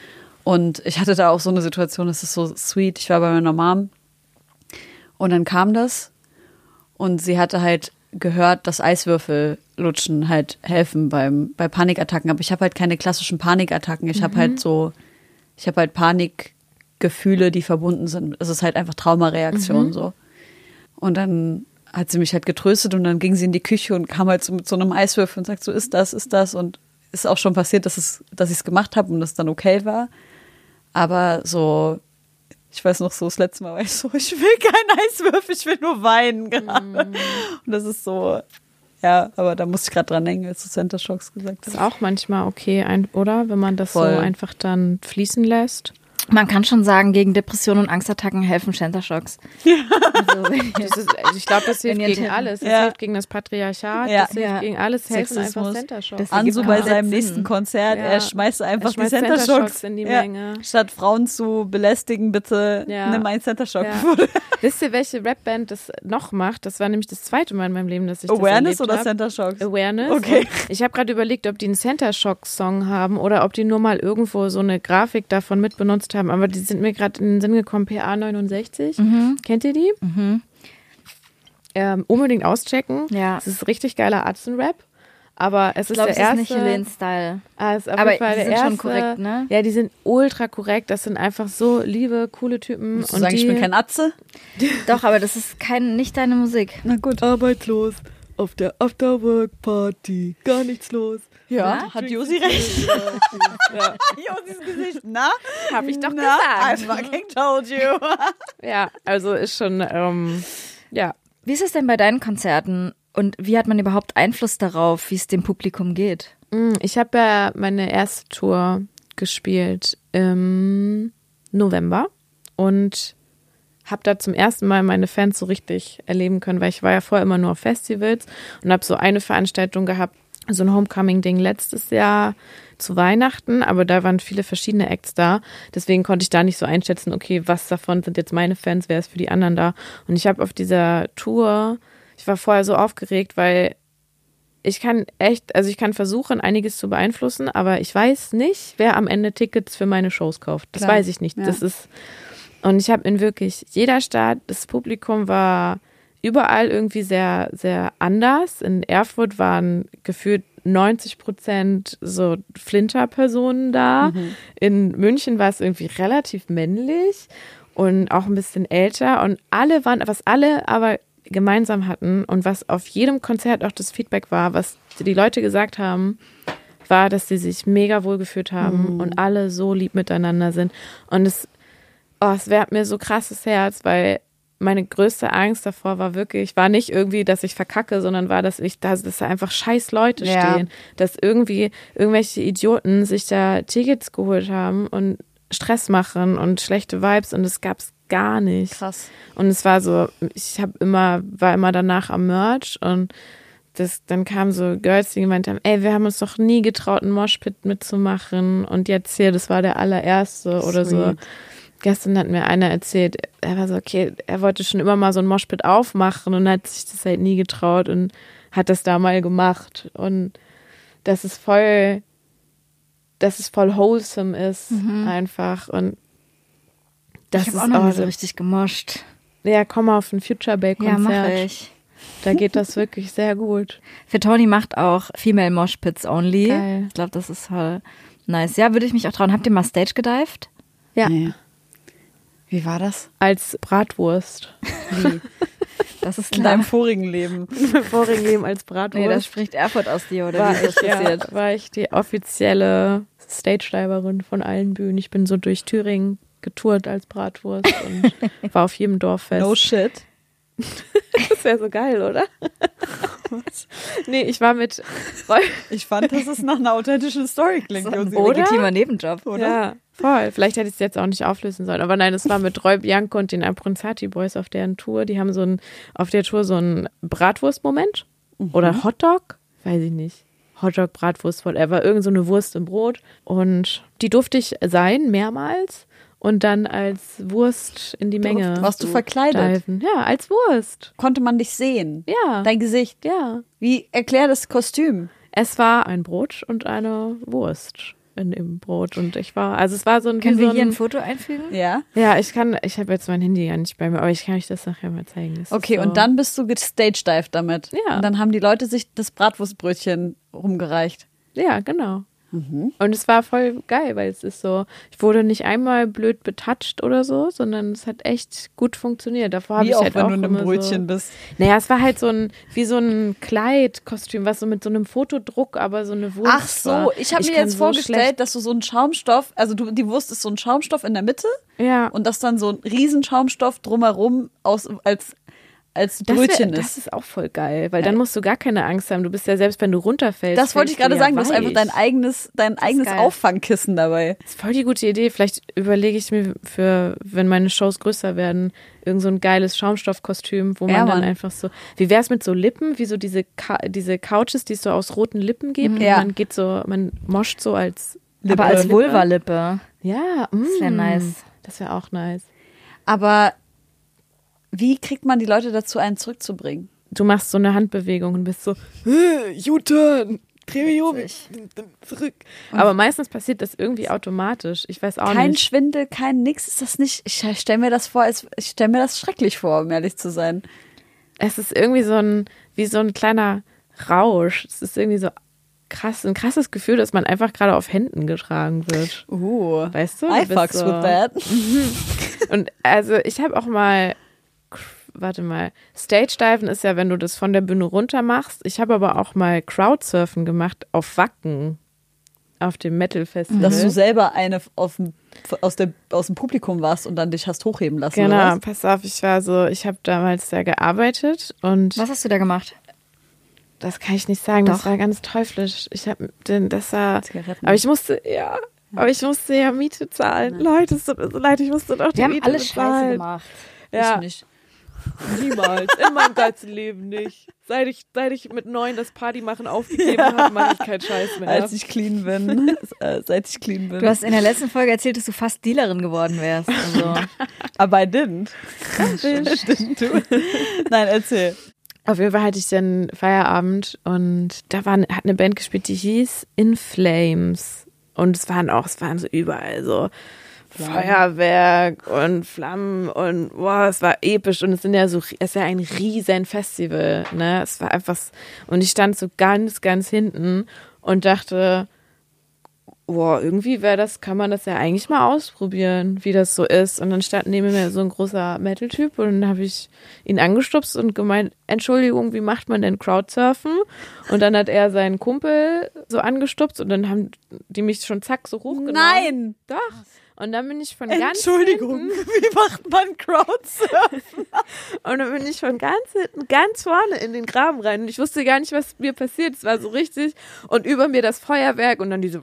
Und ich hatte da auch so eine Situation, das ist so sweet, ich war bei meiner Mom und dann kam das und sie hatte halt gehört, dass Eiswürfel-Lutschen halt helfen bei Panikattacken. Aber ich habe halt keine klassischen Panikattacken. Ich habe halt Panikgefühle, die verbunden sind. Es ist halt einfach Traumareaktion so. Und dann hat sie mich halt getröstet und dann ging sie in die Küche und kam halt so mit so einem Eiswürfel und sagt so, ist das und ist auch schon passiert, dass ich es gemacht habe und das dann okay war. Aber so, ich weiß noch so, das letzte Mal war ich so, ich will keinen Eiswürfel, ich will nur weinen gerade. Und das ist so, ja, aber da musste ich gerade dran denken, als du Center Shocks gesagt hast. Das ist auch manchmal okay, oder? Wenn man das Voll. so einfach dann fließen lässt. Man kann schon sagen, gegen Depressionen und Angstattacken helfen Center Shocks. Also, Ich glaube, das hilft Wenn ihr gegen Tipp- alles. Das Ja. hilft gegen das Patriarchat, Ja. das hilft Ja. gegen alles. Helfen Sexismus. einfach Center Shocks. Das Ansu ergibt bei komplett seinem Sinn. nächsten Konzert, Ja. er schmeißt einfach Er schmeißt die Center Center Shocks Shocks in die Menge. Statt Frauen zu belästigen, bitte Ja. nimm einen Center Shock. Ja. Wisst ihr, welche Rapband das noch macht? Das war nämlich das zweite Mal in meinem Leben, dass ich Awareness das erlebt oder hab. Center Shocks? Awareness. Okay. Und ich habe gerade überlegt, ob die einen Center Shock Song haben oder ob die nur mal irgendwo so eine Grafik davon mit benutzt haben. Aber die sind mir gerade in den Sinn gekommen, PA69. Kennt ihr die? Unbedingt auschecken. Ja. Es ist richtig geiler Arzt-Rap. Aber es Ich ist glaube, der es ist erste. nicht Helene's Style. Ist auf Aber jeden Fall die der sind schon erste. korrekt, ne? Ja, die sind ultra korrekt. Das sind einfach so liebe, coole Typen. Musst du sagen, ich bin kein Atze? Doch, aber das ist nicht deine Musik. Na gut. arbeitslos auf der Afterwork-Party. Gar nichts los. Ja, hat Josi recht. Josis Gesicht, na? Hab ich doch Na, I gesagt. fucking told you. Ja, also ist schon, ja. Wie ist es denn bei deinen Konzerten und wie hat man überhaupt Einfluss darauf, wie es dem Publikum geht? Ich habe ja meine erste Tour gespielt im November und habe da zum ersten Mal meine Fans so richtig erleben können, weil ich war ja vorher immer nur auf Festivals und habe so eine Veranstaltung gehabt, so ein Homecoming-Ding letztes Jahr zu Weihnachten, aber da waren viele verschiedene Acts da. Deswegen konnte ich da nicht so einschätzen, okay, was davon sind jetzt meine Fans, wer ist für die anderen da. Und ich habe auf dieser Tour, ich war vorher so aufgeregt, weil ich kann versuchen, einiges zu beeinflussen, aber ich weiß nicht, wer am Ende Tickets für meine Shows kauft. Das Klar. weiß ich nicht. Ja. Und ich habe in wirklich jeder Stadt, das Publikum war überall irgendwie sehr, sehr anders. In Erfurt waren gefühlt 90% so Flinter-Personen da. In München war es irgendwie relativ männlich und auch ein bisschen älter. Und was alle aber gemeinsam hatten und was auf jedem Konzert auch das Feedback war, was die Leute gesagt haben, war, dass sie sich mega wohl gefühlt haben und alle so lieb miteinander sind. Und es wärmt mir so krasses Herz, weil meine größte Angst davor war nicht irgendwie, dass ich verkacke, sondern war, dass da einfach scheiß Leute stehen. Dass irgendwie irgendwelche Idioten sich da Tickets geholt haben und Stress machen und schlechte Vibes und das gab's gar nicht. Krass. Und es war so, war immer danach am Merch und dann kamen so Girls, die gemeint haben, ey, wir haben uns doch nie getraut, einen Moshpit mitzumachen und jetzt hier, das war der allererste oder so. Gestern hat mir einer erzählt, er war so, okay, er wollte schon immer mal so ein Moshpit aufmachen und hat sich das halt nie getraut und hat das da mal gemacht. Und dass es voll wholesome ist einfach. Und das Ich ist habe auch noch nie so das- richtig gemoscht. Ja, komm mal auf ein Future Bay Ja, Konzert. mache ich. Da geht das wirklich sehr gut. Für Tony macht auch Female Moshpits only. Geil. Ich glaube, das ist voll nice. Ja, würde ich mich auch trauen. Habt ihr mal Stage gedived? Ja, Nee. Wie war das? als Bratwurst. Das ist In deinem vorigen Leben. Im vorigen Leben als Bratwurst. Nee, das spricht Erfurt aus dir, oder war wie ist das passiert? war ich die offizielle Stage-Diverin von allen Bühnen. Ich bin so durch Thüringen getourt als Bratwurst und war auf jedem Dorffest. No shit. Das wäre so geil, oder? Nee, ich war mit Ich fand, dass es nach einer authentischen Story klingt, Josi. Oder? Legitimer Nebenjob. Oder? Ja, voll. Vielleicht hätte ich es jetzt auch nicht auflösen sollen. Aber nein, es war mit Roy Bianco und den Abronzati Boys auf deren Tour. Die haben auf der Tour so einen Bratwurst-Moment. Oder Hotdog? Weiß ich nicht. Hotdog, Bratwurst, whatever. Irgend so eine Wurst im Brot. Und die durfte ich sein, mehrmals. Und dann als Wurst in die Menge. Warst du verkleidet? diven. Ja, als Wurst. Konnte man dich sehen? Ja. Dein Gesicht? Ja. Wie erklär das Kostüm? Es war ein Brot und eine Wurst in dem Brot. Und es war so ein... Können wie wir so hier ein Foto einfügen? Ja. Ja, ich habe jetzt mein Handy ja nicht bei mir, aber ich kann euch das nachher mal zeigen. Das Okay, ist so, und dann bist du gestagedived damit. Ja. Und dann haben die Leute sich das Bratwurstbrötchen rumgereicht. Ja, genau. Und es war voll geil, weil es ist so, ich wurde nicht einmal blöd betatscht oder so, sondern es hat echt gut funktioniert. Davor habe ich auch, halt wenn auch du in einem immer Brötchen so, bist. Naja, es war halt wie so ein Kleidkostüm, was so mit so einem Fotodruck, aber so eine Wurst Ach so, ich habe mir jetzt vorgestellt, dass du so einen Schaumstoff, also die Wurst ist so ein Schaumstoff in der Mitte und dass dann so ein Riesenschaumstoff drumherum als Brötchen ist. Das ist auch voll geil, weil dann musst du gar keine Angst haben. Du bist ja selbst, wenn du runterfällst. Das wollte ich gerade sagen, du hast einfach dein eigenes Auffangkissen dabei. Das ist voll die gute Idee. Vielleicht überlege ich mir wenn meine Shows größer werden, irgend so ein geiles Schaumstoffkostüm, wo man dann einfach so, wie wäre es mit so Lippen, wie so diese Couches, die es so aus roten Lippen gibt. Ja. Man moscht so als Lippe. Aber als Vulva-Lippe. Ja, das wäre nice. Das wäre auch nice. Aber wie kriegt man die Leute dazu, einen zurückzubringen? Du machst so eine Handbewegung und bist so, U-Turn, dreh mich um, zurück. Aber meistens passiert das irgendwie automatisch. Ich weiß auch nicht. Kein Schwindel, kein nix, ist das nicht. Ich stelle mir das schrecklich vor, um ehrlich zu sein. Es ist irgendwie wie so ein kleiner Rausch. Es ist irgendwie so ein krasses Gefühl, dass man einfach gerade auf Händen getragen wird. Weißt du? I fucks with that. Und also ich habe auch mal Stage-Diven ist ja, wenn du das von der Bühne runter machst. Ich habe aber auch mal Crowdsurfen gemacht auf Wacken, auf dem Metal-Festival. Dass du selber eine aus dem Publikum warst und dann dich hast hochheben lassen, genau, oder was? Pass auf, ich habe damals da gearbeitet und... Was hast du da gemacht? Das kann ich nicht sagen, das war ganz teuflisch. Aber ich musste ja Miete zahlen. Nein. Leute, es tut mir so leid, ich musste doch die Miete bezahlen. Wir haben alles scheiße gemacht. Ja. Ich nicht. Niemals. In meinem ganzen Leben nicht. Seit ich mit 9 das Partymachen aufgegeben habe, mache ich keinen Scheiß mehr. Seit ich clean bin. Du hast in der letzten Folge erzählt, dass du fast Dealerin geworden wärst. Also. Aber I didn't. Stimmt, du. Nein, erzähl. Auf jeden Fall hatte ich dann Feierabend und da hat eine Band gespielt, die hieß In Flames. Und es waren so überall so Feuerwerk und Flammen und es war episch und es ist ja ein riesen Festival, ne? Es war einfach, und ich stand so ganz, ganz hinten und dachte, irgendwie kann man das ja eigentlich mal ausprobieren, wie das so ist. Und dann stand neben mir so ein großer Metal-Typ und dann habe ich ihn angestupst und gemeint, Entschuldigung, wie macht man denn Crowdsurfen? Und dann hat er seinen Kumpel so angestupst und dann haben die mich schon zack so hochgenommen. Nein! Doch. Und dann bin ich von ganz Entschuldigung, wie macht man Crowdsurfen? Und dann bin ich von ganz hinten, ganz vorne in den Graben rein. Und ich wusste gar nicht, was mir passiert. Es war so richtig. Und über mir das Feuerwerk und dann diese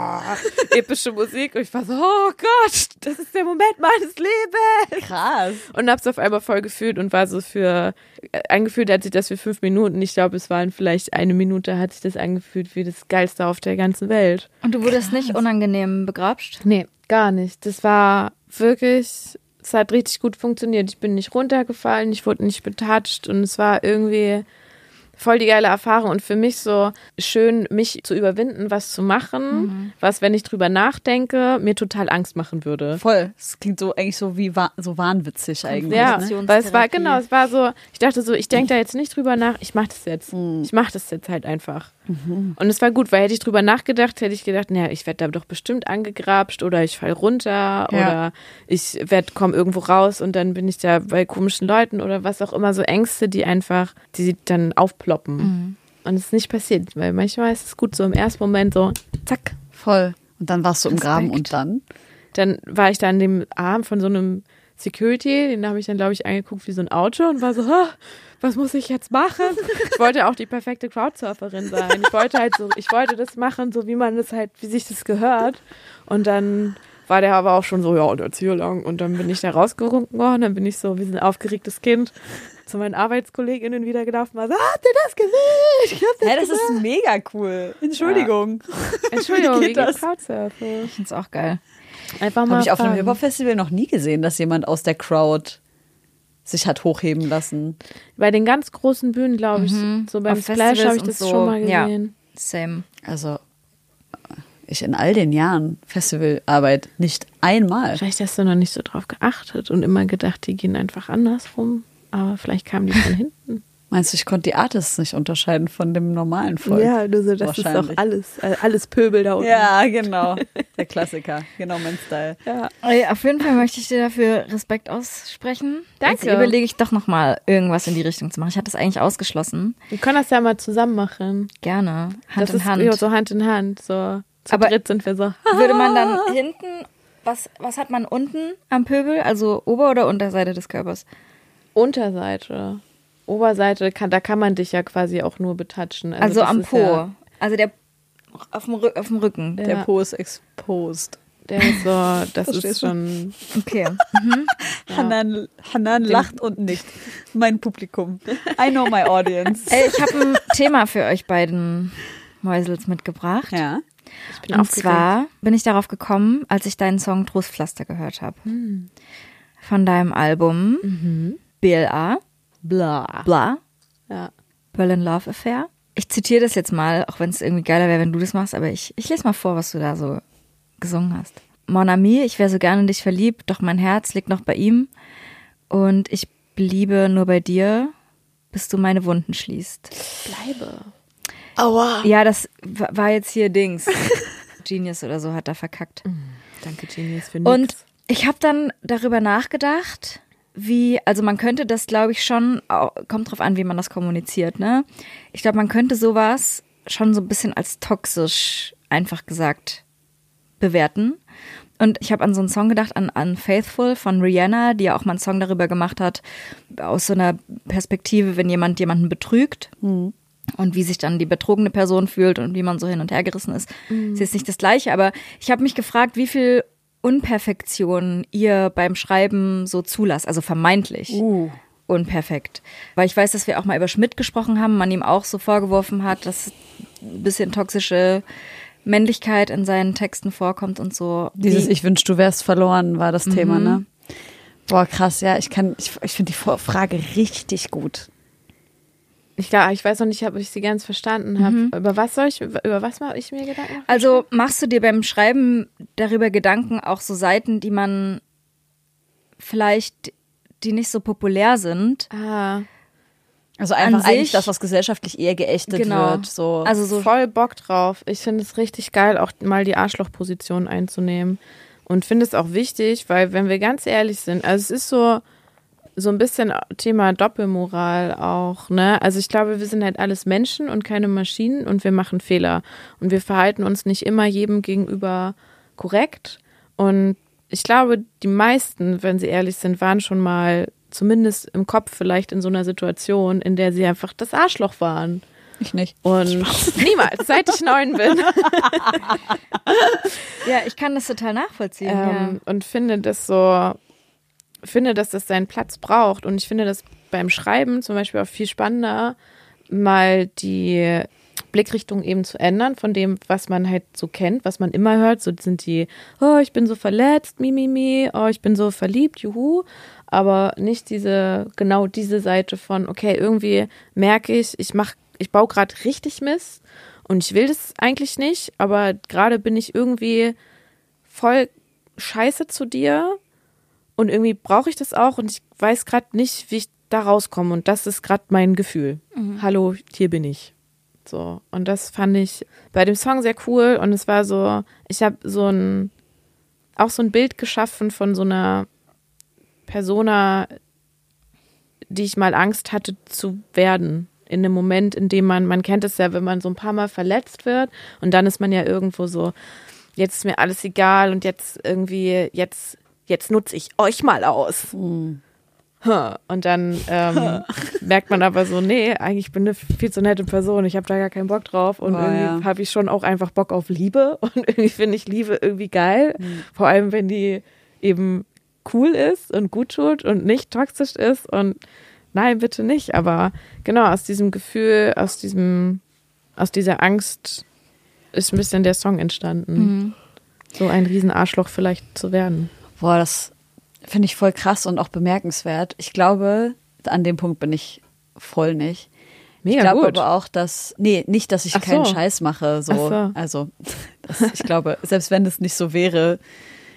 epische Musik. Und ich war so, oh Gott, das ist der Moment meines Lebens. Krass. Und hab's auf einmal voll gefühlt und war so angefühlt hat sich das für 5 Minuten. Ich glaube, es waren vielleicht 1 Minute, hat sich das angefühlt wie das Geilste auf der ganzen Welt. Und du wurdest nicht unangenehm begrapscht? Nee, gar nicht. Das war wirklich, es hat richtig gut funktioniert. Ich bin nicht runtergefallen, ich wurde nicht betatscht und es war irgendwie voll die geile Erfahrung und für mich so schön, mich zu überwinden, was zu machen, was, wenn ich drüber nachdenke, mir total Angst machen würde. Voll. Es klingt so eigentlich so wie so wahnwitzig eigentlich. Ja, ne? weil es war so, ich dachte so, ich denke da jetzt nicht drüber nach, ich mache das jetzt. Ich mache das jetzt halt einfach. Und es war gut, weil hätte ich drüber nachgedacht, hätte ich gedacht, naja, ich werde da doch bestimmt angegrapscht oder ich falle runter oder ich komme irgendwo raus und dann bin ich da bei komischen Leuten oder was auch immer, so Ängste, die dann aufploppen. Und es ist nicht passiert, weil manchmal ist es gut, so im ersten Moment so, zack. Voll. Und dann warst du im Graben und dann? Dann war ich da an dem Arm von so einem Security, den habe ich dann, glaube ich, angeguckt wie so ein Auto und war so, was muss ich jetzt machen? Ich wollte auch die perfekte Crowdsurferin sein. Ich wollte das machen, so wie man das halt, wie sich das gehört. Und dann war der aber auch schon so, ja, und jetzt hier lang. Und dann bin ich da rausgerunken worden, dann bin ich so wie so ein aufgeregtes Kind zu meinen Arbeitskolleginnen wieder gelaufen, war so, habt ihr das gesehen? Das ist mega cool. Entschuldigung. Ja. Entschuldigung, wie geht Crowdsurfen? Ich find's auch geil. Einfach mal habe ich auf einem Hip-Hop-Festival noch nie gesehen, dass jemand aus der Crowd sich hat hochheben lassen. Bei den ganz großen Bühnen, glaube ich, so beim Splash habe ich das schon mal gesehen. Ja, same. Also ich in all den Jahren Festivalarbeit nicht einmal. Vielleicht hast du noch nicht so drauf geachtet und immer gedacht, die gehen einfach andersrum. Aber vielleicht kamen die von hinten. Meinst du, ich konnte die Artists nicht unterscheiden von dem normalen Volk? Ja, das ist doch alles Pöbel da unten. Ja, genau. Der Klassiker. Genau mein Style. Ja. Auf jeden Fall möchte ich dir dafür Respekt aussprechen. Danke. Jetzt überlege ich doch nochmal, irgendwas in die Richtung zu machen. Ich hatte das eigentlich ausgeschlossen. Wir können das ja mal zusammen machen. Gerne. Hand das in ist Hand. Ja, so Hand in Hand. So zu Aber dritt sind wir so. würde man dann hinten, was hat man unten am Pöbel? Also Ober- oder Unterseite des Körpers? Unterseite. Oberseite, da kann man dich ja quasi auch nur betatschen. Also am Po. Ja, Also auf dem Rücken. Ja. Der Po ist exposed. der ist so, das Verstehst ist du? schon. Okay. Hanan lacht und nicht. Mein Publikum. I know my audience. Ey, ich habe ein Thema für euch beiden Mäusels mitgebracht. Ja. Ich bin Und aufgeregt. zwar bin ich darauf gekommen, als ich deinen Song Trostpflaster gehört habe. Von deinem Album BLA. Bla. Bla. Ja. Berlin Love Affair. Ich zitiere das jetzt mal, auch wenn es irgendwie geiler wäre, wenn du das machst, aber ich lese mal vor, was du da so gesungen hast. Mon ami, ich wäre so gerne in dich verliebt, doch mein Herz liegt noch bei ihm und ich bliebe nur bei dir, bis du meine Wunden schließt. Bleibe. Aua. Ja, das war jetzt hier Dings. Genius oder so hat da verkackt. Danke, Genius, für nix. Und ich habe dann darüber nachgedacht, also man könnte das, glaube ich, schon, kommt drauf an, wie man das kommuniziert, ne? Ich glaube, man könnte sowas schon so ein bisschen als toxisch, einfach gesagt, bewerten. Und ich habe an so einen Song gedacht, an Faithful von Rihanna, die ja auch mal einen Song darüber gemacht hat, aus so einer Perspektive, wenn jemand jemanden betrügt und wie sich dann die betrogene Person fühlt und wie man so hin und her gerissen ist. Ist jetzt nicht das Gleiche, aber ich habe mich gefragt, wie viel Unperfektion ihr beim Schreiben so zulasst, also vermeintlich unperfekt. Weil ich weiß, dass wir auch mal über Schmidt gesprochen haben, man ihm auch so vorgeworfen hat, dass ein bisschen toxische Männlichkeit in seinen Texten vorkommt und so. Dieses Ich wünsch, du wärst verloren war das Thema, ne? Boah, krass, ja, ich finde die Frage richtig gut. Ich weiß noch nicht, ob ich sie ganz verstanden habe. Über was mache ich mir Gedanken machen? Also machst du dir beim Schreiben darüber Gedanken, auch so Seiten, die man vielleicht, die nicht so populär sind? Also einfach An sich- eigentlich das, was gesellschaftlich eher geächtet wird. So. Also so Voll Bock drauf. Ich finde es richtig geil, auch mal die Arschlochposition einzunehmen. Und finde es auch wichtig, weil, wenn wir ganz ehrlich sind, also es ist so ein bisschen Thema Doppelmoral auch, ne? Also ich glaube, wir sind halt alles Menschen und keine Maschinen und wir machen Fehler. Und wir verhalten uns nicht immer jedem gegenüber korrekt. Und ich glaube, die meisten, wenn sie ehrlich sind, waren schon mal zumindest im Kopf vielleicht in so einer Situation, in der sie einfach das Arschloch waren. Ich nicht. Und niemals, seit ich 9 bin. ja, ich kann das total nachvollziehen. Und finde, dass das seinen Platz braucht. Und ich finde das beim Schreiben zum Beispiel auch viel spannender, mal die Blickrichtung eben zu ändern von dem, was man halt so kennt, was man immer hört. So sind die, oh, ich bin so verletzt, oh, ich bin so verliebt, juhu. Aber nicht genau diese Seite von, okay, irgendwie merke ich baue gerade richtig Mist und ich will das eigentlich nicht, aber gerade bin ich irgendwie voll scheiße zu dir und irgendwie brauche ich das auch und ich weiß gerade nicht, wie ich da rauskomme und das ist gerade mein Gefühl. Hallo, hier bin ich. So, und das fand ich bei dem Song sehr cool und es war so, ich habe auch so ein Bild geschaffen von so einer Persona, die ich mal Angst hatte zu werden. In dem Moment, in dem man kennt es ja, wenn man so ein paar Mal verletzt wird und dann ist man ja irgendwo so, jetzt ist mir alles egal und jetzt irgendwie, jetzt nutze ich euch mal aus. Und dann merkt man aber so, nee, eigentlich bin ich eine viel zu nette Person, ich habe da gar keinen Bock drauf und irgendwie habe ich schon auch einfach Bock auf Liebe und irgendwie finde ich Liebe irgendwie geil, vor allem wenn die eben cool ist und gut tut und nicht toxisch ist und nein, bitte nicht, aber genau, aus diesem Gefühl, aus dieser Angst ist ein bisschen der Song entstanden. So ein Riesenarschloch vielleicht zu werden. Boah, das finde ich voll krass und auch bemerkenswert. Ich glaube, an dem Punkt bin ich voll nicht. Mega ich glaube gut. aber auch, nicht, dass ich keinen Scheiß mache. So. Ach so. Also, ich glaube, selbst wenn das nicht so wäre,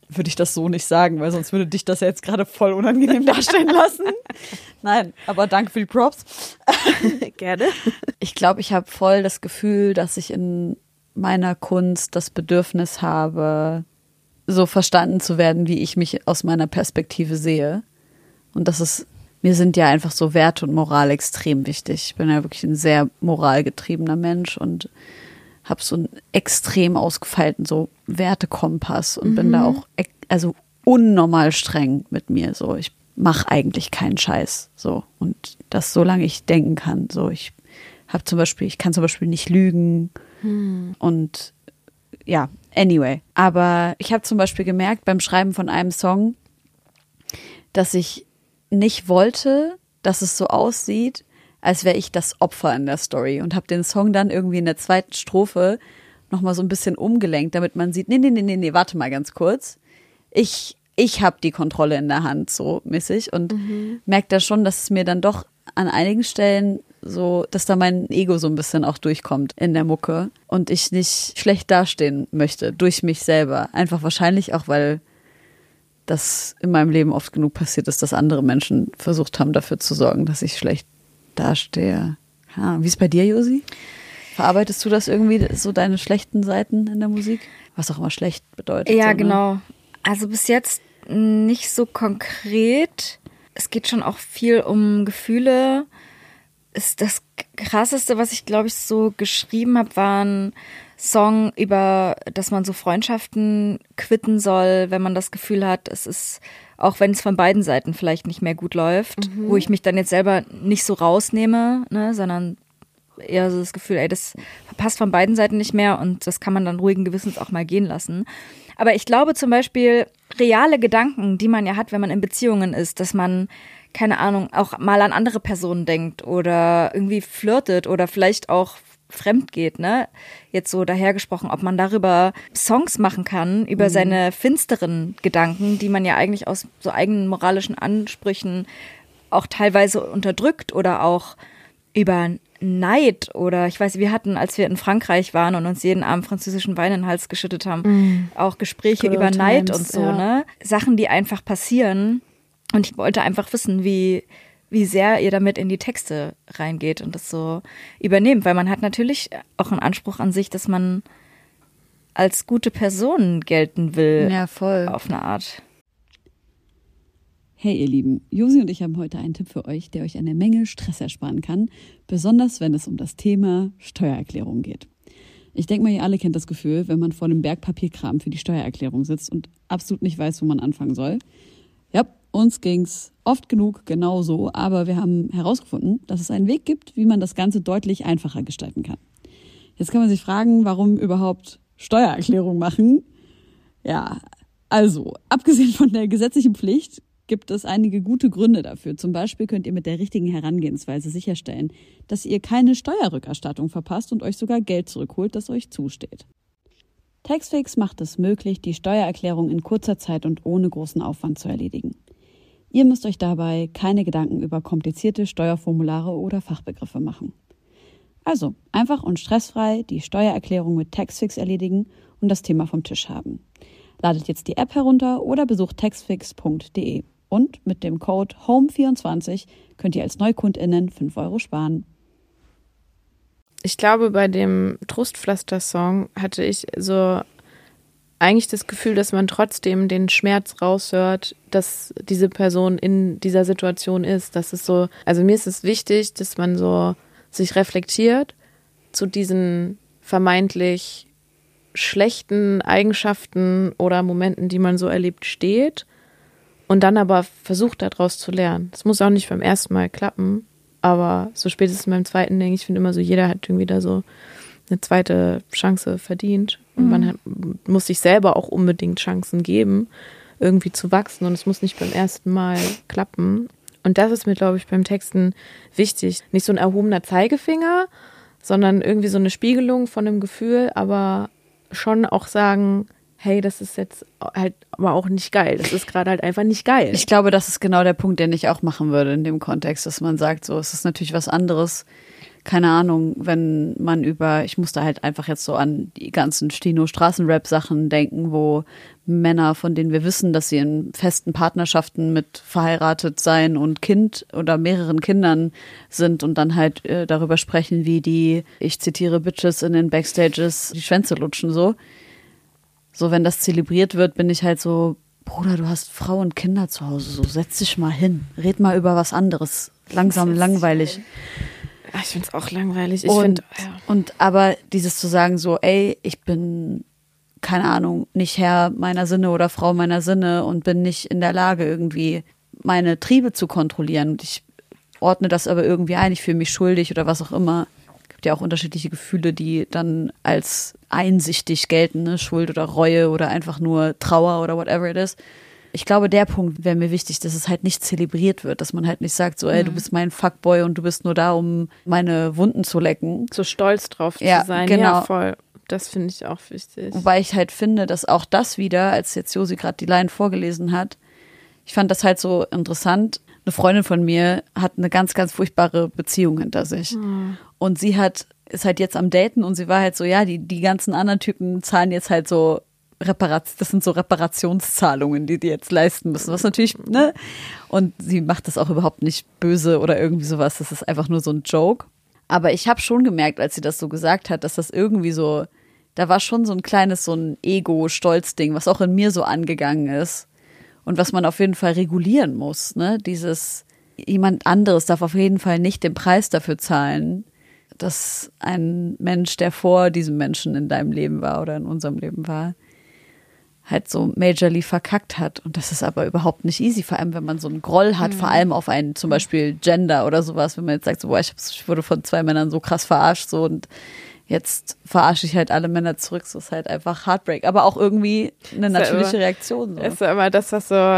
würde ich das so nicht sagen, weil sonst würde dich das ja jetzt gerade voll unangenehm darstellen lassen. Nein, aber danke für die Props. Gerne. Ich glaube, ich habe voll das Gefühl, dass ich in meiner Kunst das Bedürfnis habe, so verstanden zu werden, wie ich mich aus meiner Perspektive sehe. Und mir sind ja einfach so Werte und Moral extrem wichtig. Ich bin ja wirklich ein sehr moralgetriebener Mensch und habe so einen extrem ausgefeilten so Wertekompass und bin da auch also unnormal streng mit mir. So, ich mache eigentlich keinen Scheiß. So, und das solange ich denken kann. So, ich kann zum Beispiel nicht lügen und ja, anyway. Aber ich habe zum Beispiel gemerkt beim Schreiben von einem Song, dass ich nicht wollte, dass es so aussieht, als wäre ich das Opfer in der Story und habe den Song dann irgendwie in der zweiten Strophe nochmal so ein bisschen umgelenkt, damit man sieht, nee, warte mal ganz kurz. Ich habe die Kontrolle in der Hand, so mäßig und merke da schon, dass es mir dann doch an einigen Stellen so, dass da mein Ego so ein bisschen auch durchkommt in der Mucke und ich nicht schlecht dastehen möchte durch mich selber. Einfach wahrscheinlich auch, weil das in meinem Leben oft genug passiert ist, dass andere Menschen versucht haben, dafür zu sorgen, dass ich schlecht dastehe. Ja, wie ist bei dir, Josi? Verarbeitest du das irgendwie, so deine schlechten Seiten in der Musik? Was auch immer schlecht bedeutet. Ja, so, ne? genau. Also bis jetzt nicht so konkret. Es geht schon auch viel um Gefühle. Das Krasseste, was ich, glaube ich, so geschrieben habe, war ein Song über, dass man so Freundschaften quitten soll, wenn man das Gefühl hat, es ist, auch wenn es von beiden Seiten vielleicht nicht mehr gut läuft, wo ich mich dann jetzt selber nicht so rausnehme, ne, sondern eher so das Gefühl, ey, das passt von beiden Seiten nicht mehr und das kann man dann ruhigen Gewissens auch mal gehen lassen. Aber ich glaube zum Beispiel, reale Gedanken, die man ja hat, wenn man in Beziehungen ist, dass man, keine Ahnung, auch mal an andere Personen denkt oder irgendwie flirtet oder vielleicht auch fremd geht, ne? Jetzt so dahergesprochen, ob man darüber Songs machen kann, über seine finsteren Gedanken, die man ja eigentlich aus so eigenen moralischen Ansprüchen auch teilweise unterdrückt oder auch über Neid oder ich weiß, wir hatten, als wir in Frankreich waren und uns jeden Abend französischen Wein in den Hals geschüttet haben, auch Gespräche Good über old Neid times, und so, ja. ne? Sachen, die einfach passieren und ich wollte einfach wissen, wie sehr ihr damit in die Texte reingeht und das so übernehmt, weil man hat natürlich auch einen Anspruch an sich, dass man als gute Person gelten will. Ja, voll. Auf eine Art. Hey ihr Lieben, Josi und ich haben heute einen Tipp für euch, der euch eine Menge Stress ersparen kann, besonders wenn es um das Thema Steuererklärung geht. Ich denke mal, ihr alle kennt das Gefühl, wenn man vor dem Berg Papierkram für die Steuererklärung sitzt und absolut nicht weiß, wo man anfangen soll. Ja, uns ging's oft genug genauso, aber wir haben herausgefunden, dass es einen Weg gibt, wie man das Ganze deutlich einfacher gestalten kann. Jetzt kann man sich fragen, warum überhaupt Steuererklärung machen? Ja, also, abgesehen von der gesetzlichen Pflicht gibt es einige gute Gründe dafür. Zum Beispiel könnt ihr mit der richtigen Herangehensweise sicherstellen, dass ihr keine Steuerrückerstattung verpasst und euch sogar Geld zurückholt, das euch zusteht. Taxfix macht es möglich, die Steuererklärung in kurzer Zeit und ohne großen Aufwand zu erledigen. Ihr müsst euch dabei keine Gedanken über komplizierte Steuerformulare oder Fachbegriffe machen. Also einfach und stressfrei die Steuererklärung mit Taxfix erledigen und das Thema vom Tisch haben. Ladet jetzt die App herunter oder besucht taxfix.de. Und mit dem Code HOME24 könnt ihr als NeukundInnen 5 € sparen. Ich glaube, bei dem Trostpflaster-Song hatte ich so eigentlich das Gefühl, dass man trotzdem den Schmerz raushört, dass diese Person in dieser Situation ist. Das ist so, also mir ist es wichtig, dass man so sich reflektiert zu diesen vermeintlich schlechten Eigenschaften oder Momenten, die man so erlebt, steht und dann aber versucht, daraus zu lernen. Das muss auch nicht beim ersten Mal klappen, aber so spätestens beim zweiten, denke ich, finde immer so, jeder hat irgendwie da so eine zweite Chance verdient und man muss sich selber auch unbedingt Chancen geben, irgendwie zu wachsen und es muss nicht beim ersten Mal klappen. Und das ist mir, glaube ich, beim Texten wichtig. Nicht so ein erhobener Zeigefinger, sondern irgendwie so eine Spiegelung von einem Gefühl, aber schon auch sagen, hey, das ist jetzt halt aber auch nicht geil. Das ist gerade halt einfach nicht geil. Ich glaube, das ist genau der Punkt, den ich auch machen würde in dem Kontext, dass man sagt, so, es ist natürlich was anderes, keine Ahnung, wenn man ich musste halt einfach jetzt so an die ganzen Stino-Straßenrap-Sachen denken, wo Männer, von denen wir wissen, dass sie in festen Partnerschaften mit verheiratet sein und Kind oder mehreren Kindern sind und dann halt darüber sprechen, wie die, ich zitiere, Bitches in den Backstages die Schwänze lutschen, so. So, wenn das zelebriert wird, bin ich halt so, Bruder, du hast Frau und Kinder zu Hause, so setz dich mal hin, red mal über was anderes, langsam langweilig. Ich finde es auch langweilig. Aber dieses zu sagen so, ey, ich bin, keine Ahnung, nicht Herr meiner Sinne oder Frau meiner Sinne und bin nicht in der Lage, irgendwie meine Triebe zu kontrollieren. Und ich ordne das aber irgendwie ein, ich fühle mich schuldig oder was auch immer. Es gibt ja auch unterschiedliche Gefühle, die dann als einsichtig gelten, ne? Schuld oder Reue oder einfach nur Trauer oder whatever it is. Ich glaube, der Punkt wäre mir wichtig, dass es halt nicht zelebriert wird, dass man halt nicht sagt, so, ey, du bist mein Fuckboy und du bist nur da, um meine Wunden zu lecken. So stolz drauf zu sein. Genau. Ja, voll. Das finde ich auch wichtig. Wobei ich halt finde, dass auch das wieder, als jetzt Josi gerade die Line vorgelesen hat, ich fand das halt so interessant. Eine Freundin von mir hat eine ganz, ganz furchtbare Beziehung hinter sich. Und sie ist halt jetzt am Daten und sie war halt so, ja, die ganzen anderen Typen zahlen jetzt halt so das sind so Reparationszahlungen, die jetzt leisten müssen. Was natürlich, ne? Und sie macht das auch überhaupt nicht böse oder irgendwie sowas. Das ist einfach nur so ein Joke. Aber ich habe schon gemerkt, als sie das so gesagt hat, dass das irgendwie so, da war schon so ein kleines, so ein Ego-Stolz-Ding, was auch in mir so angegangen ist. Und was man auf jeden Fall regulieren muss, ne? Jemand anderes darf auf jeden Fall nicht den Preis dafür zahlen, dass ein Mensch, der vor diesem Menschen in deinem Leben war oder in unserem Leben war, halt so majorly verkackt hat. Und das ist aber überhaupt nicht easy, vor allem wenn man so einen Groll hat, vor allem auf einen zum Beispiel Gender oder sowas, wenn man jetzt sagt, so, boah, ich wurde von 2 Männern so krass verarscht, so, und jetzt verarsche ich halt alle Männer zurück, so ist halt einfach Heartbreak, aber auch irgendwie eine natürliche Reaktion. So. Ist ja immer das,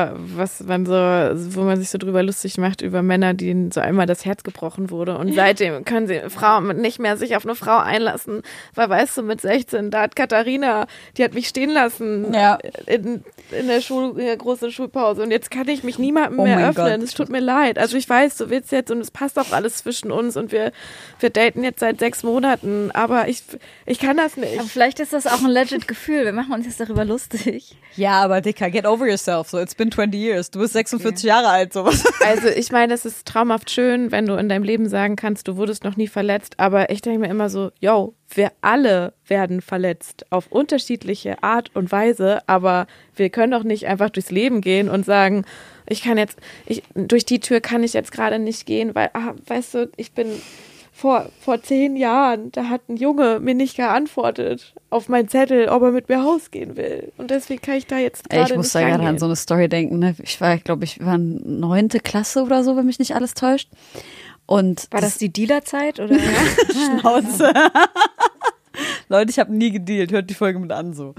wo man sich so drüber lustig macht, über Männer, denen so einmal das Herz gebrochen wurde und seitdem können sie Frauen nicht mehr sich auf eine Frau einlassen, weil, weißt du, mit 16, da hat Katharina, die hat mich stehen lassen in der großen Schulpause und jetzt kann ich mich niemandem mehr öffnen, es tut mir leid, also ich weiß, du willst jetzt und es passt auch alles zwischen uns und wir daten jetzt seit 6 Monaten, aber ich kann das nicht. Aber vielleicht ist das auch ein legit Gefühl. Wir machen uns jetzt darüber lustig. Ja, aber Dicker, get over yourself. So, it's been 20 years. Du bist 46 Jahre alt, sowas. Also ich meine, es ist traumhaft schön, wenn du in deinem Leben sagen kannst, du wurdest noch nie verletzt. Aber ich denke mir immer so, wir alle werden verletzt. Auf unterschiedliche Art und Weise. Aber wir können doch nicht einfach durchs Leben gehen und sagen, durch die Tür kann ich jetzt gerade nicht gehen, weil, weißt du, ich bin... Vor 10 Jahren, da hat ein Junge mir nicht geantwortet auf meinen Zettel, ob er mit mir rausgehen will. Und deswegen kann ich da jetzt gerade nicht Ich muss da gerade an so eine Story denken. Ne? Ich war 9. Klasse oder so, wenn mich nicht alles täuscht. Und war das die Dealerzeit oder? Schnauze. Leute, ich habe nie gedealt. Hört die Folge mit an so.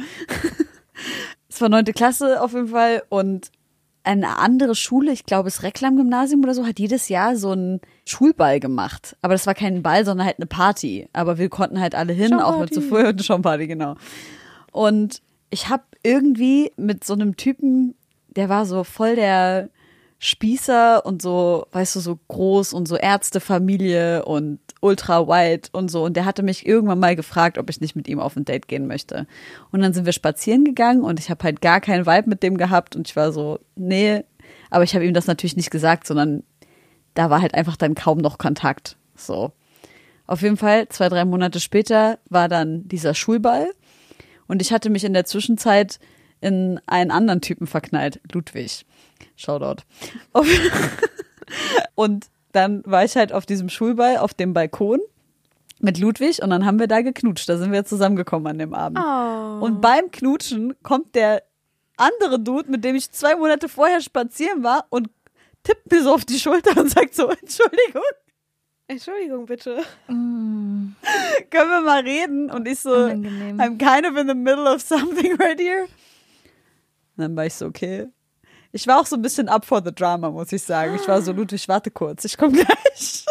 Es war 9. Klasse auf jeden Fall und eine andere Schule, ich glaube das Reklam-Gymnasium oder so, hat jedes Jahr so einen Schulball gemacht. Aber das war kein Ball, sondern halt eine Party. Aber wir konnten halt alle hin, auch mit so früher eine Schaumparty, genau. Und ich habe irgendwie mit so einem Typen, der war so voll der Spießer und so, weißt du, so groß und so Ärztefamilie und ultra white und so. Und der hatte mich irgendwann mal gefragt, ob ich nicht mit ihm auf ein Date gehen möchte. Und dann sind wir spazieren gegangen und ich habe halt gar keinen Vibe mit dem gehabt und ich war so, nee. Aber ich habe ihm das natürlich nicht gesagt, sondern da war halt einfach dann kaum noch Kontakt. So. Auf jeden Fall, 2-3 Monate später war dann dieser Schulball und ich hatte mich in der Zwischenzeit in einen anderen Typen verknallt, Ludwig. Shoutout. Und dann war ich halt auf diesem Schulball, auf dem Balkon mit Ludwig und dann haben wir da geknutscht. Da sind wir zusammengekommen an dem Abend. Oh. Und beim Knutschen kommt der andere Dude, mit dem ich 2 Monate vorher spazieren war und tippt mir so auf die Schulter und sagt so, Entschuldigung, bitte. Können wir mal reden? Und ich so, Unangenehm. I'm kind of in the middle of something right here. Und dann war ich so, okay. Ich war auch so ein bisschen up for the drama, muss ich sagen. Ich war so, Ludwig, warte kurz, ich komme gleich.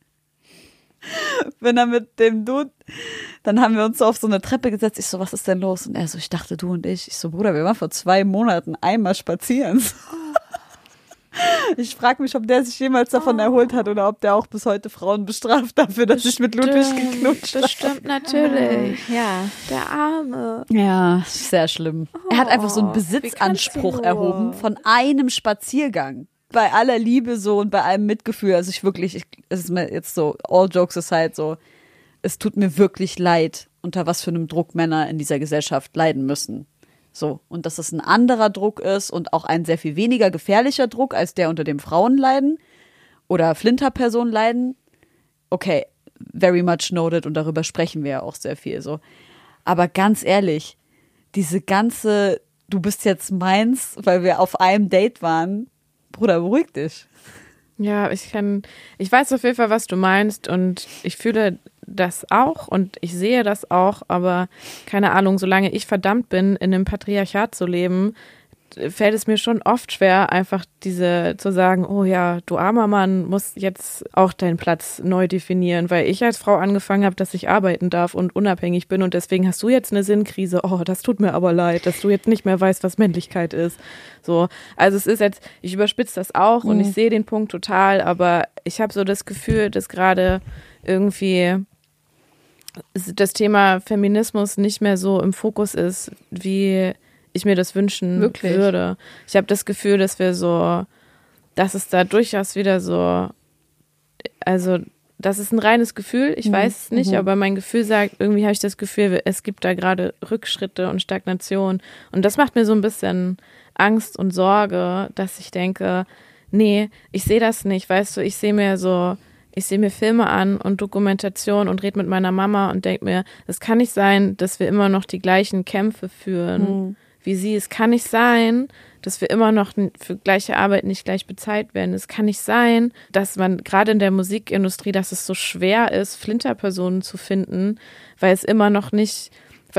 Bin dann mit dem Dude, dann haben wir uns so auf so eine Treppe gesetzt. Ich so, was ist denn los? Und er so, ich dachte, du und ich. Ich so, Bruder, wir waren vor 2 Monaten einmal spazieren. Ich frage mich, ob der sich jemals davon erholt hat oder ob der auch bis heute Frauen bestraft dafür, dass ich mit Ludwig geknutscht habe. Bestimmt, natürlich. Ja. Der Arme. Ja, sehr schlimm. Er hat einfach so einen wie kannst du Besitzanspruch nur? erhoben von einem Spaziergang. Bei aller Liebe so und bei allem Mitgefühl. Also es ist mir jetzt so, all jokes aside, so, es tut mir wirklich leid, unter was für einem Druck Männer in dieser Gesellschaft leiden müssen. So, und dass es ein anderer Druck ist und auch ein sehr viel weniger gefährlicher Druck, als der, unter dem Frauen leiden oder Flinterpersonen leiden. Okay, very much noted und darüber sprechen wir ja auch sehr viel so. Aber ganz ehrlich, diese ganze, du bist jetzt meins, weil wir auf einem Date waren, Bruder, beruhig dich. Ja, ich weiß auf jeden Fall, was du meinst und ich fühle das auch und ich sehe das auch, aber keine Ahnung, solange ich verdammt bin, in einem Patriarchat zu leben, fällt es mir schon oft schwer, einfach zu sagen, oh ja, du armer Mann, musst jetzt auch deinen Platz neu definieren, weil ich als Frau angefangen habe, dass ich arbeiten darf und unabhängig bin und deswegen hast du jetzt eine Sinnkrise. Oh, das tut mir aber leid, dass du jetzt nicht mehr weißt, was Männlichkeit ist. So, also es ist jetzt, ich überspitze das auch und ich sehe den Punkt total, aber ich habe so das Gefühl, dass gerade irgendwie das Thema Feminismus nicht mehr so im Fokus ist, wie ich mir das wünschen würde. Ich habe das Gefühl, dass es da durchaus wieder so, also das ist ein reines Gefühl, ich weiß es nicht, aber mein Gefühl sagt, irgendwie habe ich das Gefühl, es gibt da gerade Rückschritte und Stagnation und das macht mir so ein bisschen Angst und Sorge, dass ich denke, nee, ich sehe das nicht, weißt du, ich sehe mir Filme an und Dokumentation und rede mit meiner Mama und denke mir, es kann nicht sein, dass wir immer noch die gleichen Kämpfe führen wie sie. Es kann nicht sein, dass wir immer noch für gleiche Arbeit nicht gleich bezahlt werden. Es kann nicht sein, dass man gerade in der Musikindustrie, dass es so schwer ist, Flinterpersonen zu finden, weil es immer noch nicht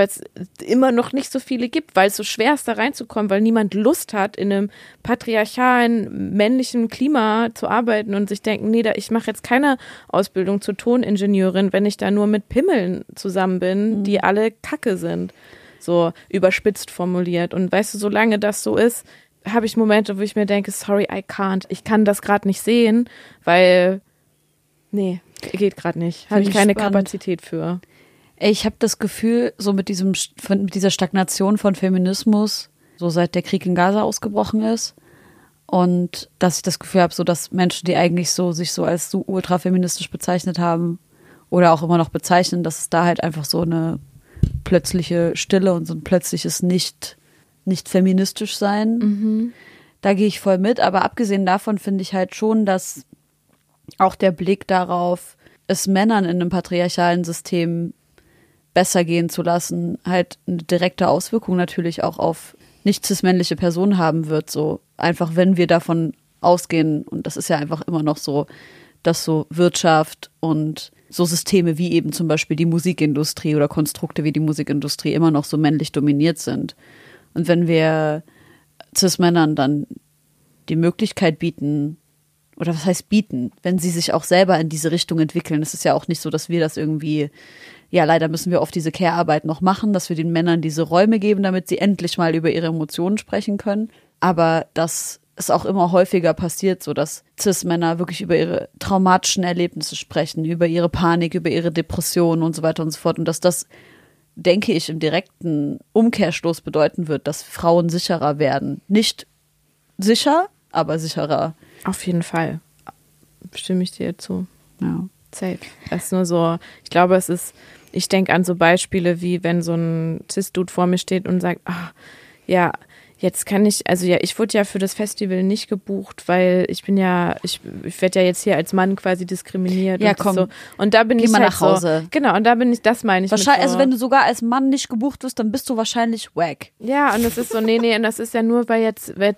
so viele gibt, weil es so schwer ist, da reinzukommen, weil niemand Lust hat, in einem patriarchalen, männlichen Klima zu arbeiten und sich denken, nee, ich mache jetzt keine Ausbildung zur Toningenieurin, wenn ich da nur mit Pimmeln zusammen bin, die alle Kacke sind. So überspitzt formuliert. Und weißt du, solange das so ist, habe ich Momente, wo ich mir denke, sorry, I can't. Ich kann das gerade nicht sehen, weil, nee, geht gerade nicht. Habe ich keine Kapazität für. Ich habe das Gefühl, so mit dieser Stagnation von Feminismus, so seit der Krieg in Gaza ausgebrochen ist, und dass ich das Gefühl habe, so dass Menschen, die eigentlich sich so als so ultrafeministisch bezeichnet haben oder auch immer noch bezeichnen, dass es da halt einfach so eine plötzliche Stille und so ein plötzliches nicht feministisch sein. Da gehe ich voll mit, aber abgesehen davon finde ich halt schon, dass auch der Blick darauf, es Männern in einem patriarchalen System besser gehen zu lassen, halt eine direkte Auswirkung natürlich auch auf nicht cis-männliche Personen haben wird, so einfach, wenn wir davon ausgehen, und das ist ja einfach immer noch so, dass so Wirtschaft und so Systeme wie eben zum Beispiel die Musikindustrie oder Konstrukte wie die Musikindustrie immer noch so männlich dominiert sind. Und wenn wir Cis-Männern dann die Möglichkeit bieten, oder was heißt bieten, wenn sie sich auch selber in diese Richtung entwickeln, es ist ja auch nicht so, dass wir das irgendwie, ja, leider müssen wir oft diese Care-Arbeit noch machen, dass wir den Männern diese Räume geben, damit sie endlich mal über ihre Emotionen sprechen können. Aber dass es auch immer häufiger passiert, so dass Cis-Männer wirklich über ihre traumatischen Erlebnisse sprechen, über ihre Panik, über ihre Depressionen und so weiter und so fort. Und dass das, denke ich, im direkten Umkehrschluss bedeuten wird, dass Frauen sicherer werden. Nicht sicher, aber sicherer. Auf jeden Fall. Stimme ich dir zu. Ja. Safe. Das ist nur so, ich glaube, ich denke an so Beispiele, wie wenn so ein Cis-Dude vor mir steht und sagt, ja, jetzt kann ich wurde ja für das Festival nicht gebucht, weil ich werde ja jetzt hier als Mann quasi diskriminiert. Ja, und komm. So. Und da bin Geh ich mal halt nach Hause. So, genau, und da bin ich, das meine ich. Wahrscheinlich, mit so, also wenn du sogar als Mann nicht gebucht wirst, dann bist du wahrscheinlich wack. Ja, und das ist so, nee, und das ist ja nur, weil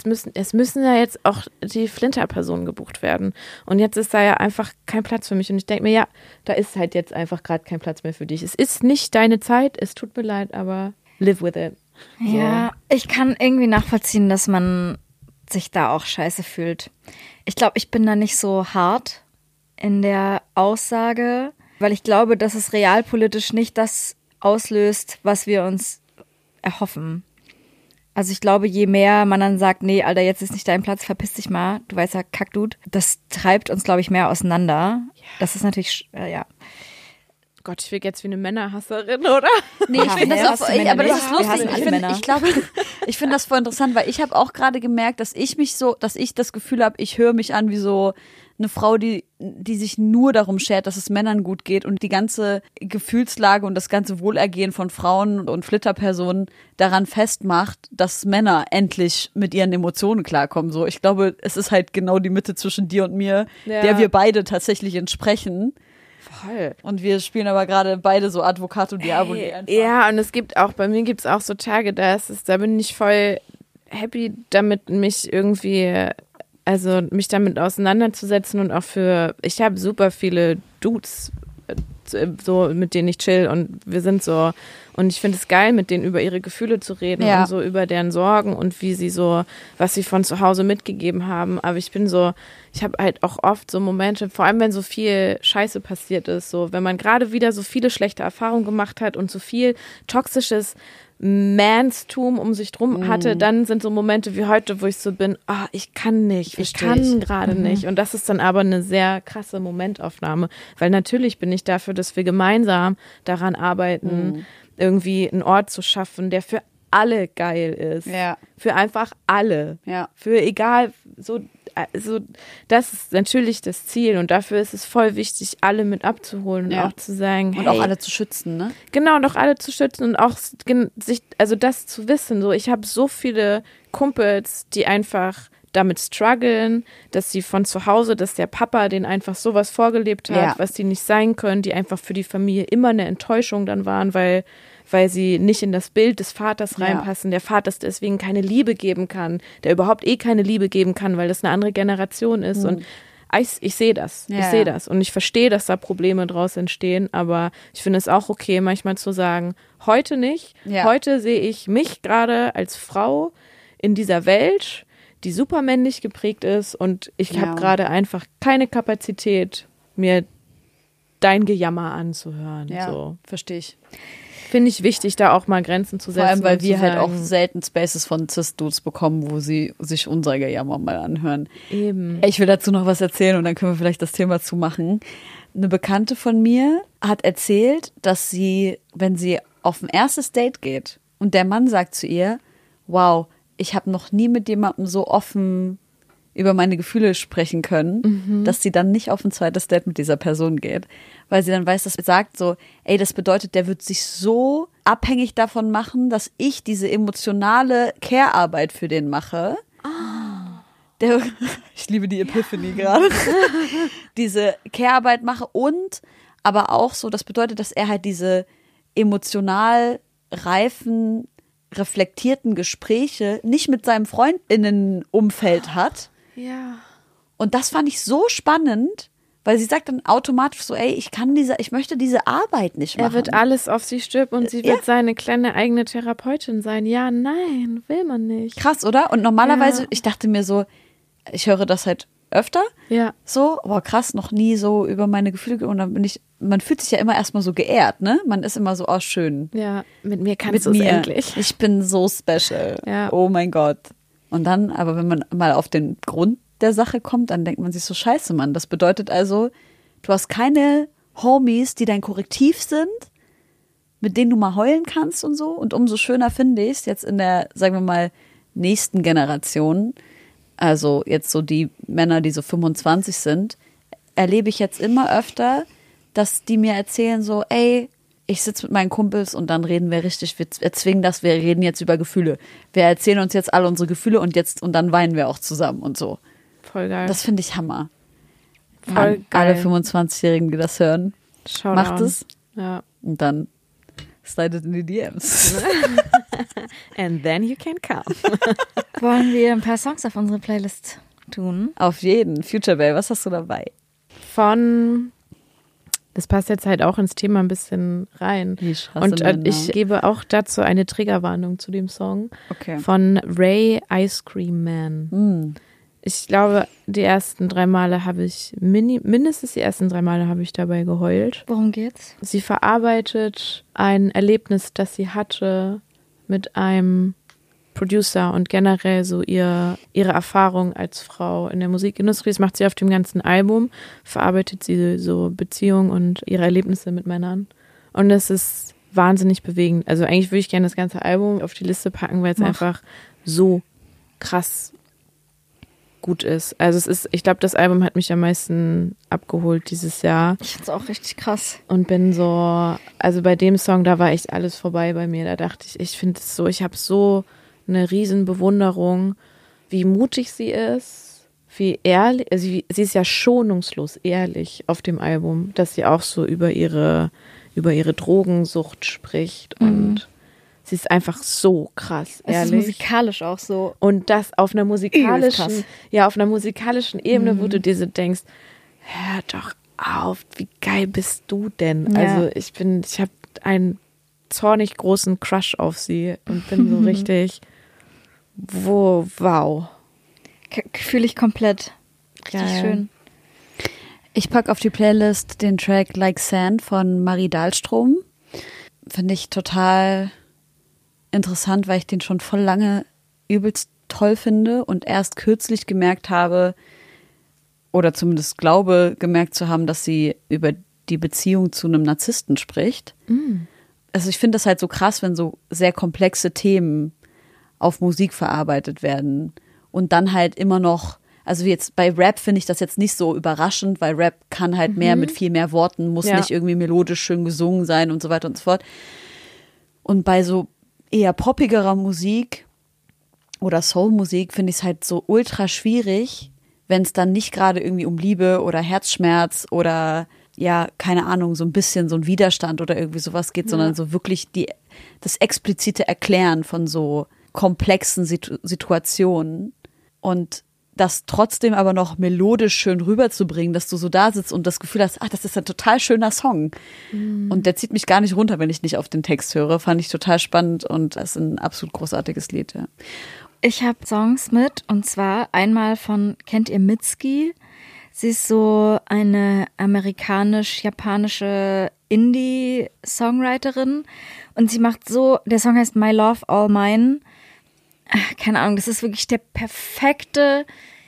es müssen ja jetzt auch die Flinter-Personen gebucht werden. Und jetzt ist da ja einfach kein Platz für mich. Und ich denke mir, ja, da ist halt jetzt einfach gerade kein Platz mehr für dich. Es ist nicht deine Zeit, es tut mir leid, aber live with it. So. Ja, ich kann irgendwie nachvollziehen, dass man sich da auch scheiße fühlt. Ich glaube, ich bin da nicht so hart in der Aussage, weil ich glaube, dass es realpolitisch nicht das auslöst, was wir uns erhoffen. Also ich glaube, je mehr man dann sagt, nee, Alter, jetzt ist nicht dein Platz, verpiss dich mal, du weißer Kackdude, das treibt uns, glaube ich, mehr auseinander. Ja. Das ist natürlich, ja. Gott, ich wirke jetzt wie eine Männerhasserin, oder? Nee, ich finde das auch, aber das ist lustig. Ich finde das voll interessant, weil ich habe auch gerade gemerkt, dass ich das Gefühl habe, ich höre mich an wie so eine Frau, die sich nur darum schert, dass es Männern gut geht und die ganze Gefühlslage und das ganze Wohlergehen von Frauen und Flitterpersonen daran festmacht, dass Männer endlich mit ihren Emotionen klarkommen. So, ich glaube, es ist halt genau die Mitte zwischen dir und mir, der wir beide tatsächlich entsprechen. Voll. Und wir spielen aber gerade beide so Advocato Diaboli einfach. Ja, und bei mir gibt es auch so Tage, da bin ich voll happy damit, mich damit auseinanderzusetzen und auch ich habe super viele Dudes, so mit denen ich chill und wir sind so, und ich finde es geil, mit denen über ihre Gefühle zu reden und so über deren Sorgen und was sie von zu Hause mitgegeben haben, aber ich habe halt auch oft so Momente, vor allem wenn so viel Scheiße passiert ist, so wenn man gerade wieder so viele schlechte Erfahrungen gemacht hat und so viel toxisches Manstum um sich drum hatte, dann sind so Momente wie heute, wo ich so bin, ich kann gerade nicht. Und das ist dann aber eine sehr krasse Momentaufnahme, weil natürlich bin ich dafür, dass wir gemeinsam daran arbeiten, irgendwie einen Ort zu schaffen, der für alle geil ist. Ja. Für einfach alle. Ja. Für egal, so, das ist natürlich das Ziel und dafür ist es voll wichtig, alle mit abzuholen und auch zu sagen, und auch alle zu schützen, ne? Genau, und auch alle zu schützen und auch das zu wissen. So, ich habe so viele Kumpels, die einfach damit strugglen, dass sie von zu Hause, dass der Papa denen einfach sowas vorgelebt hat, was sie nicht sein können, die einfach für die Familie immer eine Enttäuschung dann waren, weil sie nicht in das Bild des Vaters reinpassen, der Vater deswegen keine Liebe geben kann, der überhaupt keine Liebe geben kann, weil das eine andere Generation ist und ich sehe das, und ich verstehe, dass da Probleme draus entstehen, aber ich finde es auch okay, manchmal zu sagen, heute nicht, heute sehe ich mich gerade als Frau in dieser Welt, die super männlich geprägt ist und ich habe gerade einfach keine Kapazität, mir dein Gejammer anzuhören. Ja, so. Verstehe ich. Finde ich wichtig, da auch mal Grenzen zu setzen. Vor allem, weil wir halt auch selten Spaces von Cis-Dudes bekommen, wo sie sich unser Gejammer mal anhören. Eben. Ich will dazu noch was erzählen und dann können wir vielleicht das Thema zumachen. Eine Bekannte von mir hat erzählt, dass sie, wenn sie auf ein erstes Date geht und der Mann sagt zu ihr, wow, ich habe noch nie mit jemandem so offen über meine Gefühle sprechen können, dass sie dann nicht auf ein zweites Date mit dieser Person geht. Weil sie dann weiß, dass sagt so, ey, das bedeutet, der wird sich so abhängig davon machen, dass ich diese emotionale Care-Arbeit für den mache. Ich liebe die Epiphany gerade. Diese Care-Arbeit mache und aber auch so, das bedeutet, dass er halt diese emotional reifen, reflektierten Gespräche nicht mit seinem Freundinnenumfeld hat. Ja. Und das fand ich so spannend, weil sie sagt dann automatisch so, ey, ich möchte diese Arbeit nicht machen. Er wird alles auf sie stülpen und sie wird seine kleine eigene Therapeutin sein. Ja, nein, will man nicht. Krass, oder? Und normalerweise, ich dachte mir so, ich höre das halt öfter. Ja. So, aber krass, noch nie so über meine Gefühle. Und dann man fühlt sich ja immer erstmal so geehrt, ne? Man ist immer so, oh, schön. Ja, mit mir kannst du es endlich. Ich bin so special. Ja. Oh mein Gott. Und dann, aber wenn man mal auf den Grund der Sache kommt, dann denkt man sich so, scheiße, Mann. Das bedeutet also, du hast keine Homies, die dein Korrektiv sind, mit denen du mal heulen kannst und so. Und umso schöner finde ich es jetzt in der, sagen wir mal, nächsten Generation, also jetzt so die Männer, die so 25 sind, erlebe ich jetzt immer öfter, dass die mir erzählen so, ey, ich sitze mit meinen Kumpels und dann reden wir richtig, wir erzwingen das, wir reden jetzt über Gefühle. Wir erzählen uns jetzt alle unsere Gefühle und dann weinen wir auch zusammen und so. Voll geil. Das finde ich Hammer. Voll geil. Alle 25-Jährigen, die das hören, macht es. Ja. Und dann slidet in die DMs. And then you can come. Wollen wir ein paar Songs auf unsere Playlist tun? Auf jeden. Future Bay, was hast du dabei? Das passt jetzt halt auch ins Thema ein bisschen rein. Und ich gebe auch dazu eine Triggerwarnung zu dem Song von Ray Ice Cream Man. Ich glaube, die ersten 3 Male habe ich, mindestens die ersten 3 Male habe ich dabei geheult. Worum geht's? Sie verarbeitet ein Erlebnis, das sie hatte mit einem Producer und generell so ihre Erfahrung als Frau in der Musikindustrie. Das macht sie auf dem ganzen Album, verarbeitet sie so Beziehungen und ihre Erlebnisse mit Männern. Und das ist wahnsinnig bewegend. Also eigentlich würde ich gerne das ganze Album auf die Liste packen, weil es einfach so krass gut ist. Also ich glaube, das Album hat mich am meisten abgeholt dieses Jahr. Ich finde es auch richtig krass. Und bin so, also bei dem Song, da war echt alles vorbei bei mir. Da dachte ich finde es so, ich habe so eine riesen Bewunderung, wie mutig sie ist, wie ehrlich, also sie ist ja schonungslos ehrlich auf dem Album, dass sie auch so über ihre Drogensucht spricht und sie ist einfach so krass ehrlich. Es ist musikalisch auch so. Und das auf einer musikalischen Ebene, wo du dir so denkst, hör doch auf, wie geil bist du denn? Ja. Also ich habe einen zornig großen Crush auf sie und bin so richtig, wow. Fühle ich komplett. Richtig Geil. schön. Ich packe auf die Playlist den Track Like Sand von Marie Dahlstrom. Finde ich total interessant, weil ich den schon voll lange übelst toll finde und erst kürzlich gemerkt habe, oder zumindest glaube, gemerkt zu haben, dass sie über die Beziehung zu einem Narzissten spricht. Also ich finde das halt so krass, wenn so sehr komplexe Themen auf Musik verarbeitet werden und dann halt immer noch, also jetzt bei Rap finde ich das jetzt nicht so überraschend, weil Rap kann halt mehr mit viel mehr Worten, muss nicht irgendwie melodisch schön gesungen sein und so weiter und so fort. Und bei so eher poppigerer Musik oder Soul-Musik finde ich es halt so ultra schwierig, wenn es dann nicht gerade irgendwie um Liebe oder Herzschmerz oder ja, keine Ahnung, so ein bisschen so ein Widerstand oder irgendwie sowas geht, sondern so wirklich das explizite Erklären von so komplexen Situationen und das trotzdem aber noch melodisch schön rüberzubringen, dass du so da sitzt und das Gefühl hast, das ist ein total schöner Song. Und der zieht mich gar nicht runter, wenn ich nicht auf den Text höre. Fand ich total spannend und das ist ein absolut großartiges Lied. Ja. Ich habe Songs mit und zwar einmal kennt ihr Mitski? Sie ist so eine amerikanisch-japanische Indie-Songwriterin und sie macht der Song heißt My Love All Mine. Keine Ahnung, das ist wirklich der perfekte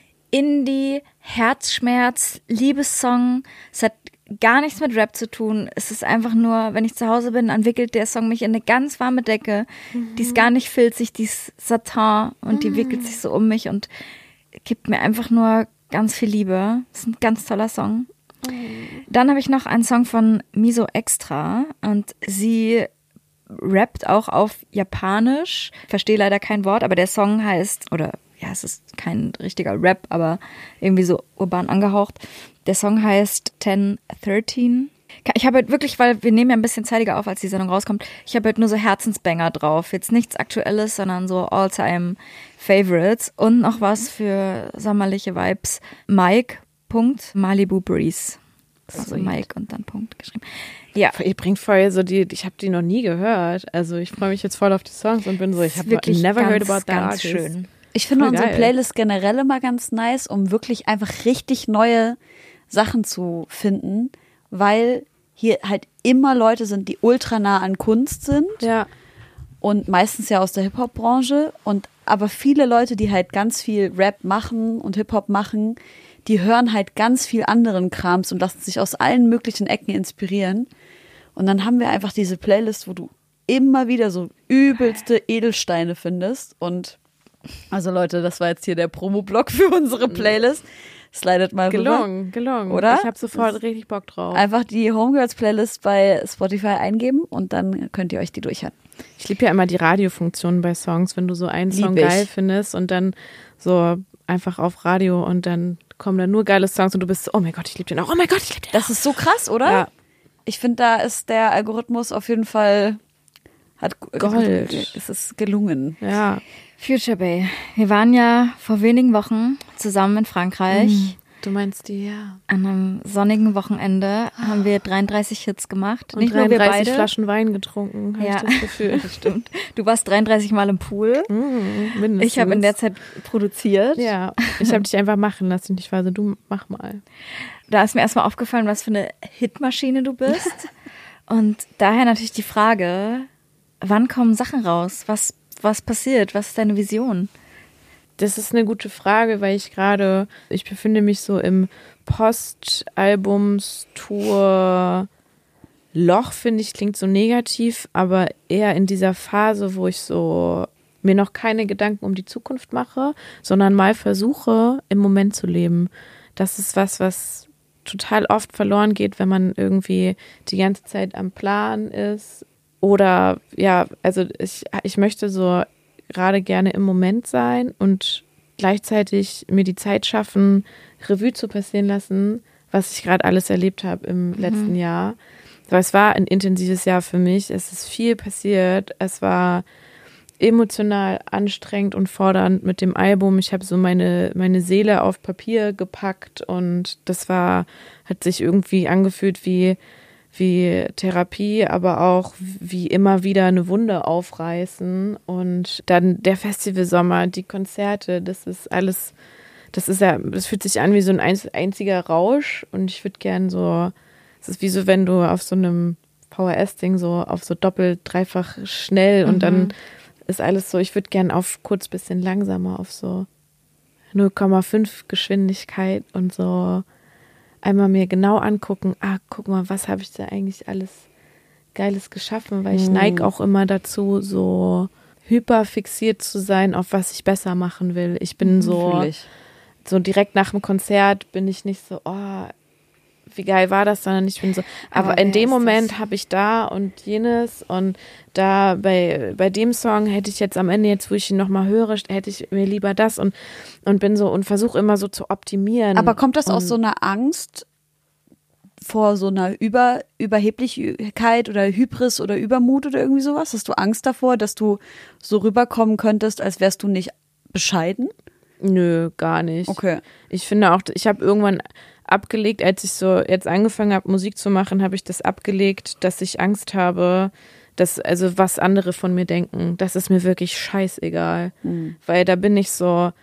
Indie-Herzschmerz-Liebessong. Es hat gar nichts mit Rap zu tun. Es ist einfach nur, wenn ich zu Hause bin, dann wickelt der Song mich in eine ganz warme Decke. Die ist gar nicht filzig, die ist Satin und die wickelt sich so um mich und gibt mir einfach nur ganz viel Liebe. Das ist ein ganz toller Song. Dann habe ich noch einen Song von Miso Extra und sie rappt auch auf Japanisch. Verstehe leider kein Wort, aber der Song heißt, es ist kein richtiger Rap, aber irgendwie so urban angehaucht. Der Song heißt 1013. Ich habe halt wirklich, weil wir nehmen ja ein bisschen zeitiger auf, als die Sendung rauskommt, ich habe halt nur so Herzensbanger drauf. Jetzt nichts Aktuelles, sondern so All-Time-Favorites. Und noch was für sommerliche Vibes. Mike, Punkt, Malibu Breeze. Also Mike und dann Punkt geschrieben. Ja. Ihr bringt voll so ich habe die noch nie gehört. Also ich freue mich jetzt voll auf die Songs und bin so, ich habe never heard about that ganz artist. Schön. Ich finde Voll unsere geil. Playlist generell immer ganz nice, um wirklich einfach richtig neue Sachen zu finden, weil hier halt immer Leute sind, die ultra nah an Kunst sind Ja. und meistens ja aus der Hip-Hop-Branche aber viele Leute, die halt ganz viel Rap machen und Hip-Hop machen, die hören halt ganz viel anderen Krams und lassen sich aus allen möglichen Ecken inspirieren. Und dann haben wir einfach diese Playlist, wo du immer wieder so übelste Edelsteine findest. Und also Leute, das war jetzt hier der Promo-Block für unsere Playlist. Slidet mal rüber. Gelungen. Oder? Ich habe sofort richtig Bock drauf. Einfach die Homegirls-Playlist bei Spotify eingeben und dann könnt ihr euch die durchhören. Ich liebe ja immer die Radiofunktion bei Songs, wenn du so einen Song Lieb ich. geil findest und dann so einfach auf Radio und dann kommen da nur geile Songs und du bist so, oh mein Gott, ich liebe den auch. Oh mein Gott, ich liebe den Das ist so krass, oder? Ja. Ich finde, da ist der Algorithmus auf jeden Fall Gold. Es ist gelungen. auch. Ja. Future Bay. Wir waren ja vor wenigen Wochen zusammen in Frankreich. Du meinst die, ja. An einem sonnigen Wochenende haben wir 33 Hits gemacht. Und Nicht nur 33 wir beide. Flaschen Wein getrunken, habe Ja. ich das Gefühl. Das stimmt. Du warst 33 Mal im Pool. Mindestens. Ich habe in der Zeit produziert. Ja, ich habe dich einfach machen lassen. Ich war so, du mach mal. Da ist mir erstmal aufgefallen, was für eine Hitmaschine du bist. Und daher natürlich die Frage, wann kommen Sachen raus? Was was passiert? Was ist deine Vision? Das ist eine gute Frage, weil ich befinde mich so im Post-Albums-Tour-Loch, finde ich, klingt so negativ, aber eher in dieser Phase, wo ich so mir noch keine Gedanken um die Zukunft mache, sondern mal versuche, im Moment zu leben. Das ist was total oft verloren geht, wenn man irgendwie die ganze Zeit am Plan ist. Oder ja, also ich möchte so gerade gerne im Moment sein und gleichzeitig mir die Zeit schaffen, Revue zu passieren lassen, was ich gerade alles erlebt habe im letzten Jahr. Weil es war ein intensives Jahr für mich. Es ist viel passiert. Es war emotional anstrengend und fordernd mit dem Album. Ich habe so meine Seele auf Papier gepackt und hat sich irgendwie angefühlt wie Therapie, aber auch wie immer wieder eine Wunde aufreißen. Und dann der Festivalsommer, die Konzerte, das fühlt sich an wie so ein einziger Rausch. Und ich würde gern so, es ist wie so, wenn du auf so einem VHS-Ding so auf so doppelt, dreifach schnell und dann ist alles so, ich würde gern auf kurz bisschen langsamer, auf so 0,5 Geschwindigkeit und so einmal mir genau angucken, guck mal, was habe ich da eigentlich alles Geiles geschaffen, weil ich neige auch immer dazu, so hyperfixiert zu sein, auf was ich besser machen will. Ich bin so direkt nach dem Konzert bin ich nicht so, wie geil war das, sondern ich bin so, aber in dem Moment habe ich da und jenes und da bei dem Song hätte ich jetzt am Ende, jetzt wo ich ihn nochmal höre, hätte ich mir lieber das und bin so und versuche immer so zu optimieren. Aber kommt das aus so einer Angst vor so einer Überheblichkeit oder Hybris oder Übermut oder irgendwie sowas? Hast du Angst davor, dass du so rüberkommen könntest, als wärst du nicht bescheiden? Nö, gar nicht. Okay. Ich finde auch, ich habe irgendwann abgelegt, als ich so jetzt angefangen habe, Musik zu machen, habe ich das abgelegt, dass ich Angst habe, also was andere von mir denken. Das ist mir wirklich scheißegal. Weil da bin ich so,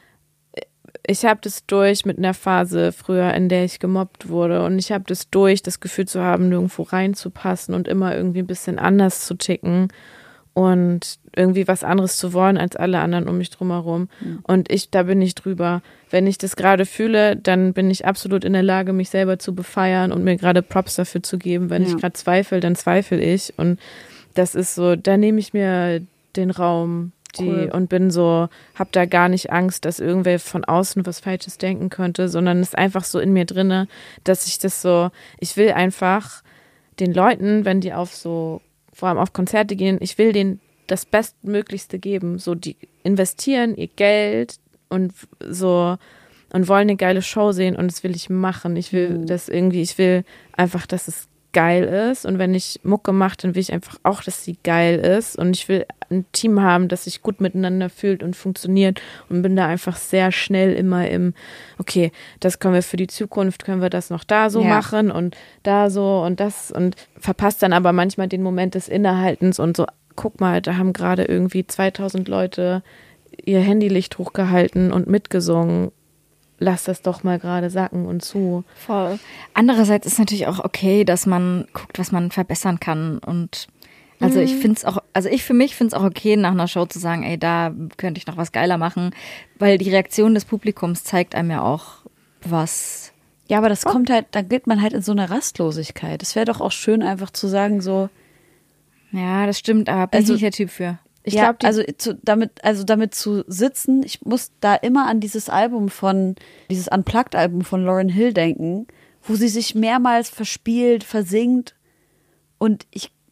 ich habe das durch mit einer Phase früher, in der ich gemobbt wurde und ich habe das durch, das Gefühl zu haben, nirgendwo reinzupassen und immer irgendwie ein bisschen anders zu ticken und irgendwie was anderes zu wollen als alle anderen um mich drumherum. Und da bin ich drüber. Wenn ich das gerade fühle, dann bin ich absolut in der Lage, mich selber zu befeiern und mir gerade Props dafür zu geben. Wenn ich gerade zweifle, dann zweifle ich. Und das ist so, da nehme ich mir den Raum und bin so, hab da gar nicht Angst, dass irgendwer von außen was Falsches denken könnte, sondern es ist einfach so in mir drinne, dass ich will einfach den Leuten, wenn die vor allem auf Konzerte gehen, ich will denen das Bestmöglichste geben. So, die investieren ihr Geld und so und wollen eine geile Show sehen und das will ich machen. Ich will ich will einfach, dass es geil ist und wenn ich Mucke mache, dann will ich einfach auch, dass sie geil ist und ich will ein Team haben, das sich gut miteinander fühlt und funktioniert und bin da einfach sehr schnell immer okay, das können wir für die Zukunft, können wir das noch da so machen und da so und das und verpasst dann aber manchmal den Moment des Innehaltens und so, guck mal, da haben gerade irgendwie 2000 Leute ihr Handylicht hochgehalten und mitgesungen. Lass das doch mal gerade sacken und zu. Voll. Andererseits ist natürlich auch okay, dass man guckt, was man verbessern kann. Und also ich finde es auch, ich für mich finde es auch okay, nach einer Show zu sagen, ey, da könnte ich noch was geiler machen, weil die Reaktion des Publikums zeigt einem ja auch was. Ja, aber das kommt halt, da geht man halt in so eine Rastlosigkeit. Es wäre doch auch schön, einfach zu sagen, so. Ja, das stimmt, aber bin ich nicht der Typ für. Ich glaube, damit zu sitzen, ich muss da immer an dieses Unplugged-Album von Lauryn Hill denken, wo sie sich mehrmals verspielt, versingt und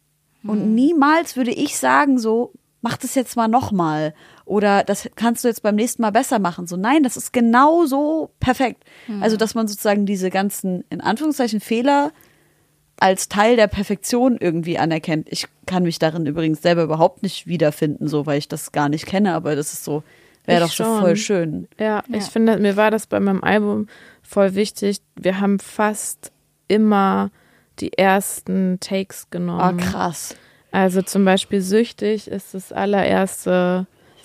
niemals würde ich sagen so, mach das jetzt mal nochmal oder das kannst du jetzt beim nächsten Mal besser machen. So, nein, das ist genau so perfekt. Also, dass man sozusagen diese ganzen, in Anführungszeichen, Fehler als Teil der Perfektion irgendwie anerkennt. Ich kann mich darin übrigens selber überhaupt nicht wiederfinden, so, weil ich das gar nicht kenne, aber das ist so, wäre doch so voll schön. Ja, ich finde, mir war das bei meinem Album voll wichtig. Wir haben fast immer die ersten Takes genommen. Oh, krass. Also zum Beispiel Süchtig ist der allererste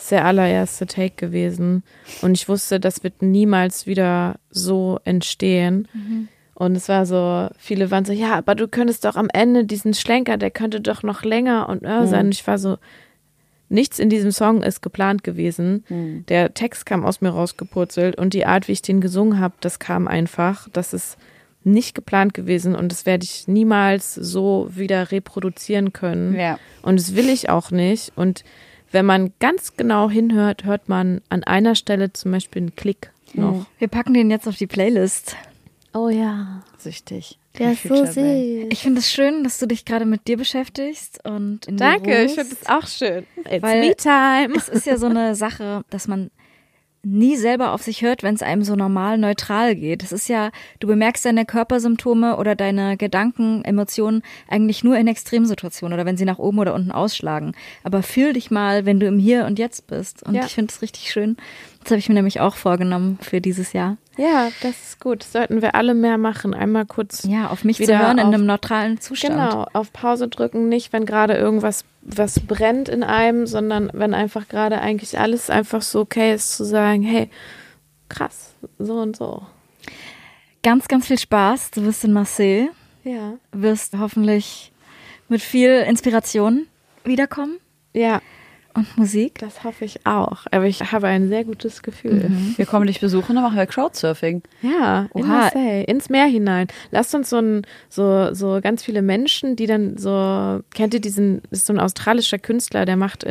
Take gewesen. Und ich wusste, das wird niemals wieder so entstehen. Und es war so, viele waren so, ja, aber du könntest doch am Ende diesen Schlenker, der könnte doch noch länger und sein. Und ich war so, nichts in diesem Song ist geplant gewesen. Der Text kam aus mir rausgepurzelt und die Art, wie ich den gesungen habe, das kam einfach. Das ist nicht geplant gewesen und das werde ich niemals so wieder reproduzieren können. Ja. Und das will ich auch nicht. Und wenn man ganz genau hinhört, hört man an einer Stelle zum Beispiel einen Klick noch. Wir packen den jetzt auf die Playlist. Oh ja. Süchtig. Der ist so süß. Ich finde es schön, dass du dich gerade mit dir beschäftigst und in dir Danke, ich ruhst. finde es auch schön. It's Weil me time. Es ist ja so eine Sache, dass man nie selber auf sich hört, wenn es einem so normal neutral geht. Es ist ja, du bemerkst deine Körpersymptome oder deine Gedanken, Emotionen eigentlich nur in Extremsituationen oder wenn sie nach oben oder unten ausschlagen. Aber fühl dich mal, wenn du im Hier und Jetzt bist. Und ich finde es richtig schön. Das habe ich mir nämlich auch vorgenommen für dieses Jahr. Ja, das ist gut. Das sollten wir alle mehr machen. Einmal kurz Auf mich wieder zu hören in auf- einem neutralen Zustand. Genau, auf Pause drücken, nicht wenn gerade irgendwas was brennt in einem, sondern wenn einfach gerade eigentlich alles einfach so okay ist, zu sagen, hey, krass, so und so. Ganz, ganz viel Spaß. Du wirst in Marseille, Ja. wirst hoffentlich mit viel Inspiration wiederkommen Ja, und Musik. das hoffe ich auch. Aber ich habe ein sehr gutes Gefühl. Wir kommen dich besuchen, dann machen wir Crowdsurfing. Ja, in Oha. Marseille, ins Meer hinein. Lasst uns so ganz viele Menschen, die dann so, kennt ihr diesen, das ist so ein australischer Künstler,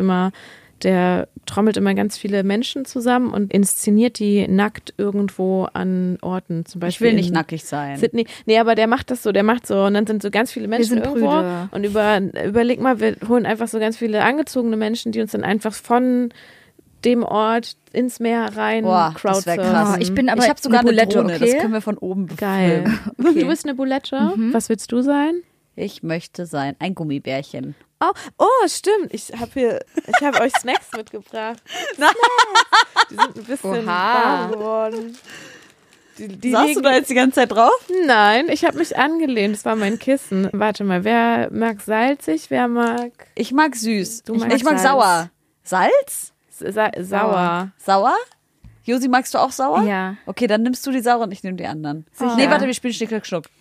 der trommelt immer ganz viele Menschen zusammen und inszeniert die nackt irgendwo an Orten. Zum Ich Beispiel will nicht in nackig sein. Sydney. Nee, aber der macht so und dann sind so ganz viele Menschen sind irgendwo Brüder. und überleg mal, wir holen einfach so ganz viele angezogene Menschen, die uns dann einfach von dem Ort ins Meer rein Boah, das wär crowdsurfen. krass. Ich bin aber ich habe sogar eine eine Bulette, Drohne, okay? das können wir von oben Geil. befilmen. Du bist eine Bulette. Was willst du sein? Ich möchte sein ein Gummibärchen. Oh, stimmt. Ich habe euch Snacks mitgebracht. Snacks. Die sind ein bisschen Oha. warm geworden. Die Saßt du liegen- da jetzt die ganze Zeit drauf? Nein, ich habe mich angelehnt. Das war mein Kissen. Warte mal, wer mag salzig? Wer mag Ich mag süß. Du magst Ich mag Salz. sauer. Salz? sauer? Sauer? Josi, magst du auch sauer? Ja. Okay, dann nimmst du die sauren und ich nehme die anderen. Sicher. Nee, warte, wir spielen Schnick, Schnack, Schnuck.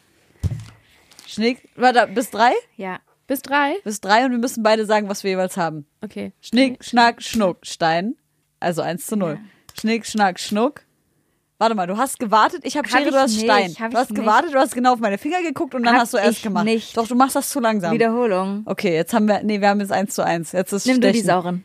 Warte, bis 3? Ja. Bis 3? Bis 3 und wir müssen beide sagen, was wir jeweils haben. Okay. Schnick, Schnack, Schnuck, Stein. Also 1:0. Schnick, Schnack, Schnuck. Warte mal, du hast gewartet. Ich habe Hab Schere, ich du hast nicht, Stein. hab Du ich hast gewartet, du hast genau auf meine Finger geguckt und dann Hab hast du erst ich gemacht. nicht. Doch, du machst das zu langsam. Wiederholung. Okay, jetzt haben wir haben jetzt 1:1. Jetzt ist Nimm du die Stechen. sauren.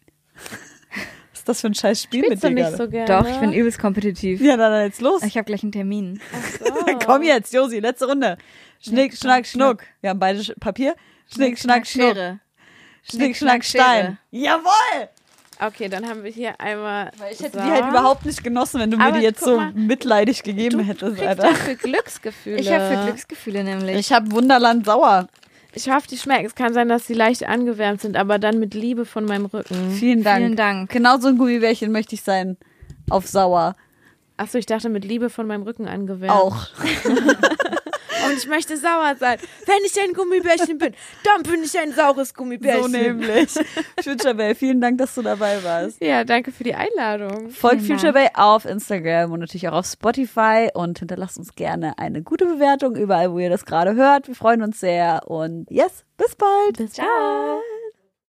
Was ist das für ein scheiß Spiel Spielst mit du dir nicht gerade? so gerne? Doch, ich bin übelst kompetitiv. Ja, dann jetzt los. Ich habe gleich einen Termin. Komm jetzt, Josi, letzte Runde. Schnick, Schnack, Schnuck. Wir haben beide Papier. Schnick, Schnack, Schnuck. Schere. Schnick, Schnack, Stein. Jawohl! Okay, dann haben wir hier einmal. Ich hätte die halt überhaupt nicht genossen, wenn du mir Aber die jetzt guck so mal, mitleidig gegeben hättest, Kriegst Alter. dafür Glücksgefühle. Ich habe für Glücksgefühle nämlich. Ich habe Wunderland sauer. Ich hoffe, die schmecken. Es kann sein, dass sie leicht angewärmt sind, aber dann mit Liebe von meinem Rücken. Vielen Dank. Vielen Dank. Genau so ein Gummibärchen möchte ich sein. Auf sauer. Achso, ich dachte mit Liebe von meinem Rücken angewärmt. Auch. Und ich möchte sauer sein. Wenn ich ein Gummibärchen bin, dann bin ich ein saures Gummibärchen. So nämlich. Future Bay, vielen Dank, dass du dabei warst. Ja, danke für die Einladung. Folgt Vielen Future Bay auf Instagram und natürlich auch auf Spotify und hinterlasst uns gerne eine gute Bewertung überall, wo ihr das gerade hört. Wir freuen uns sehr und yes, bis bald. Bis bald.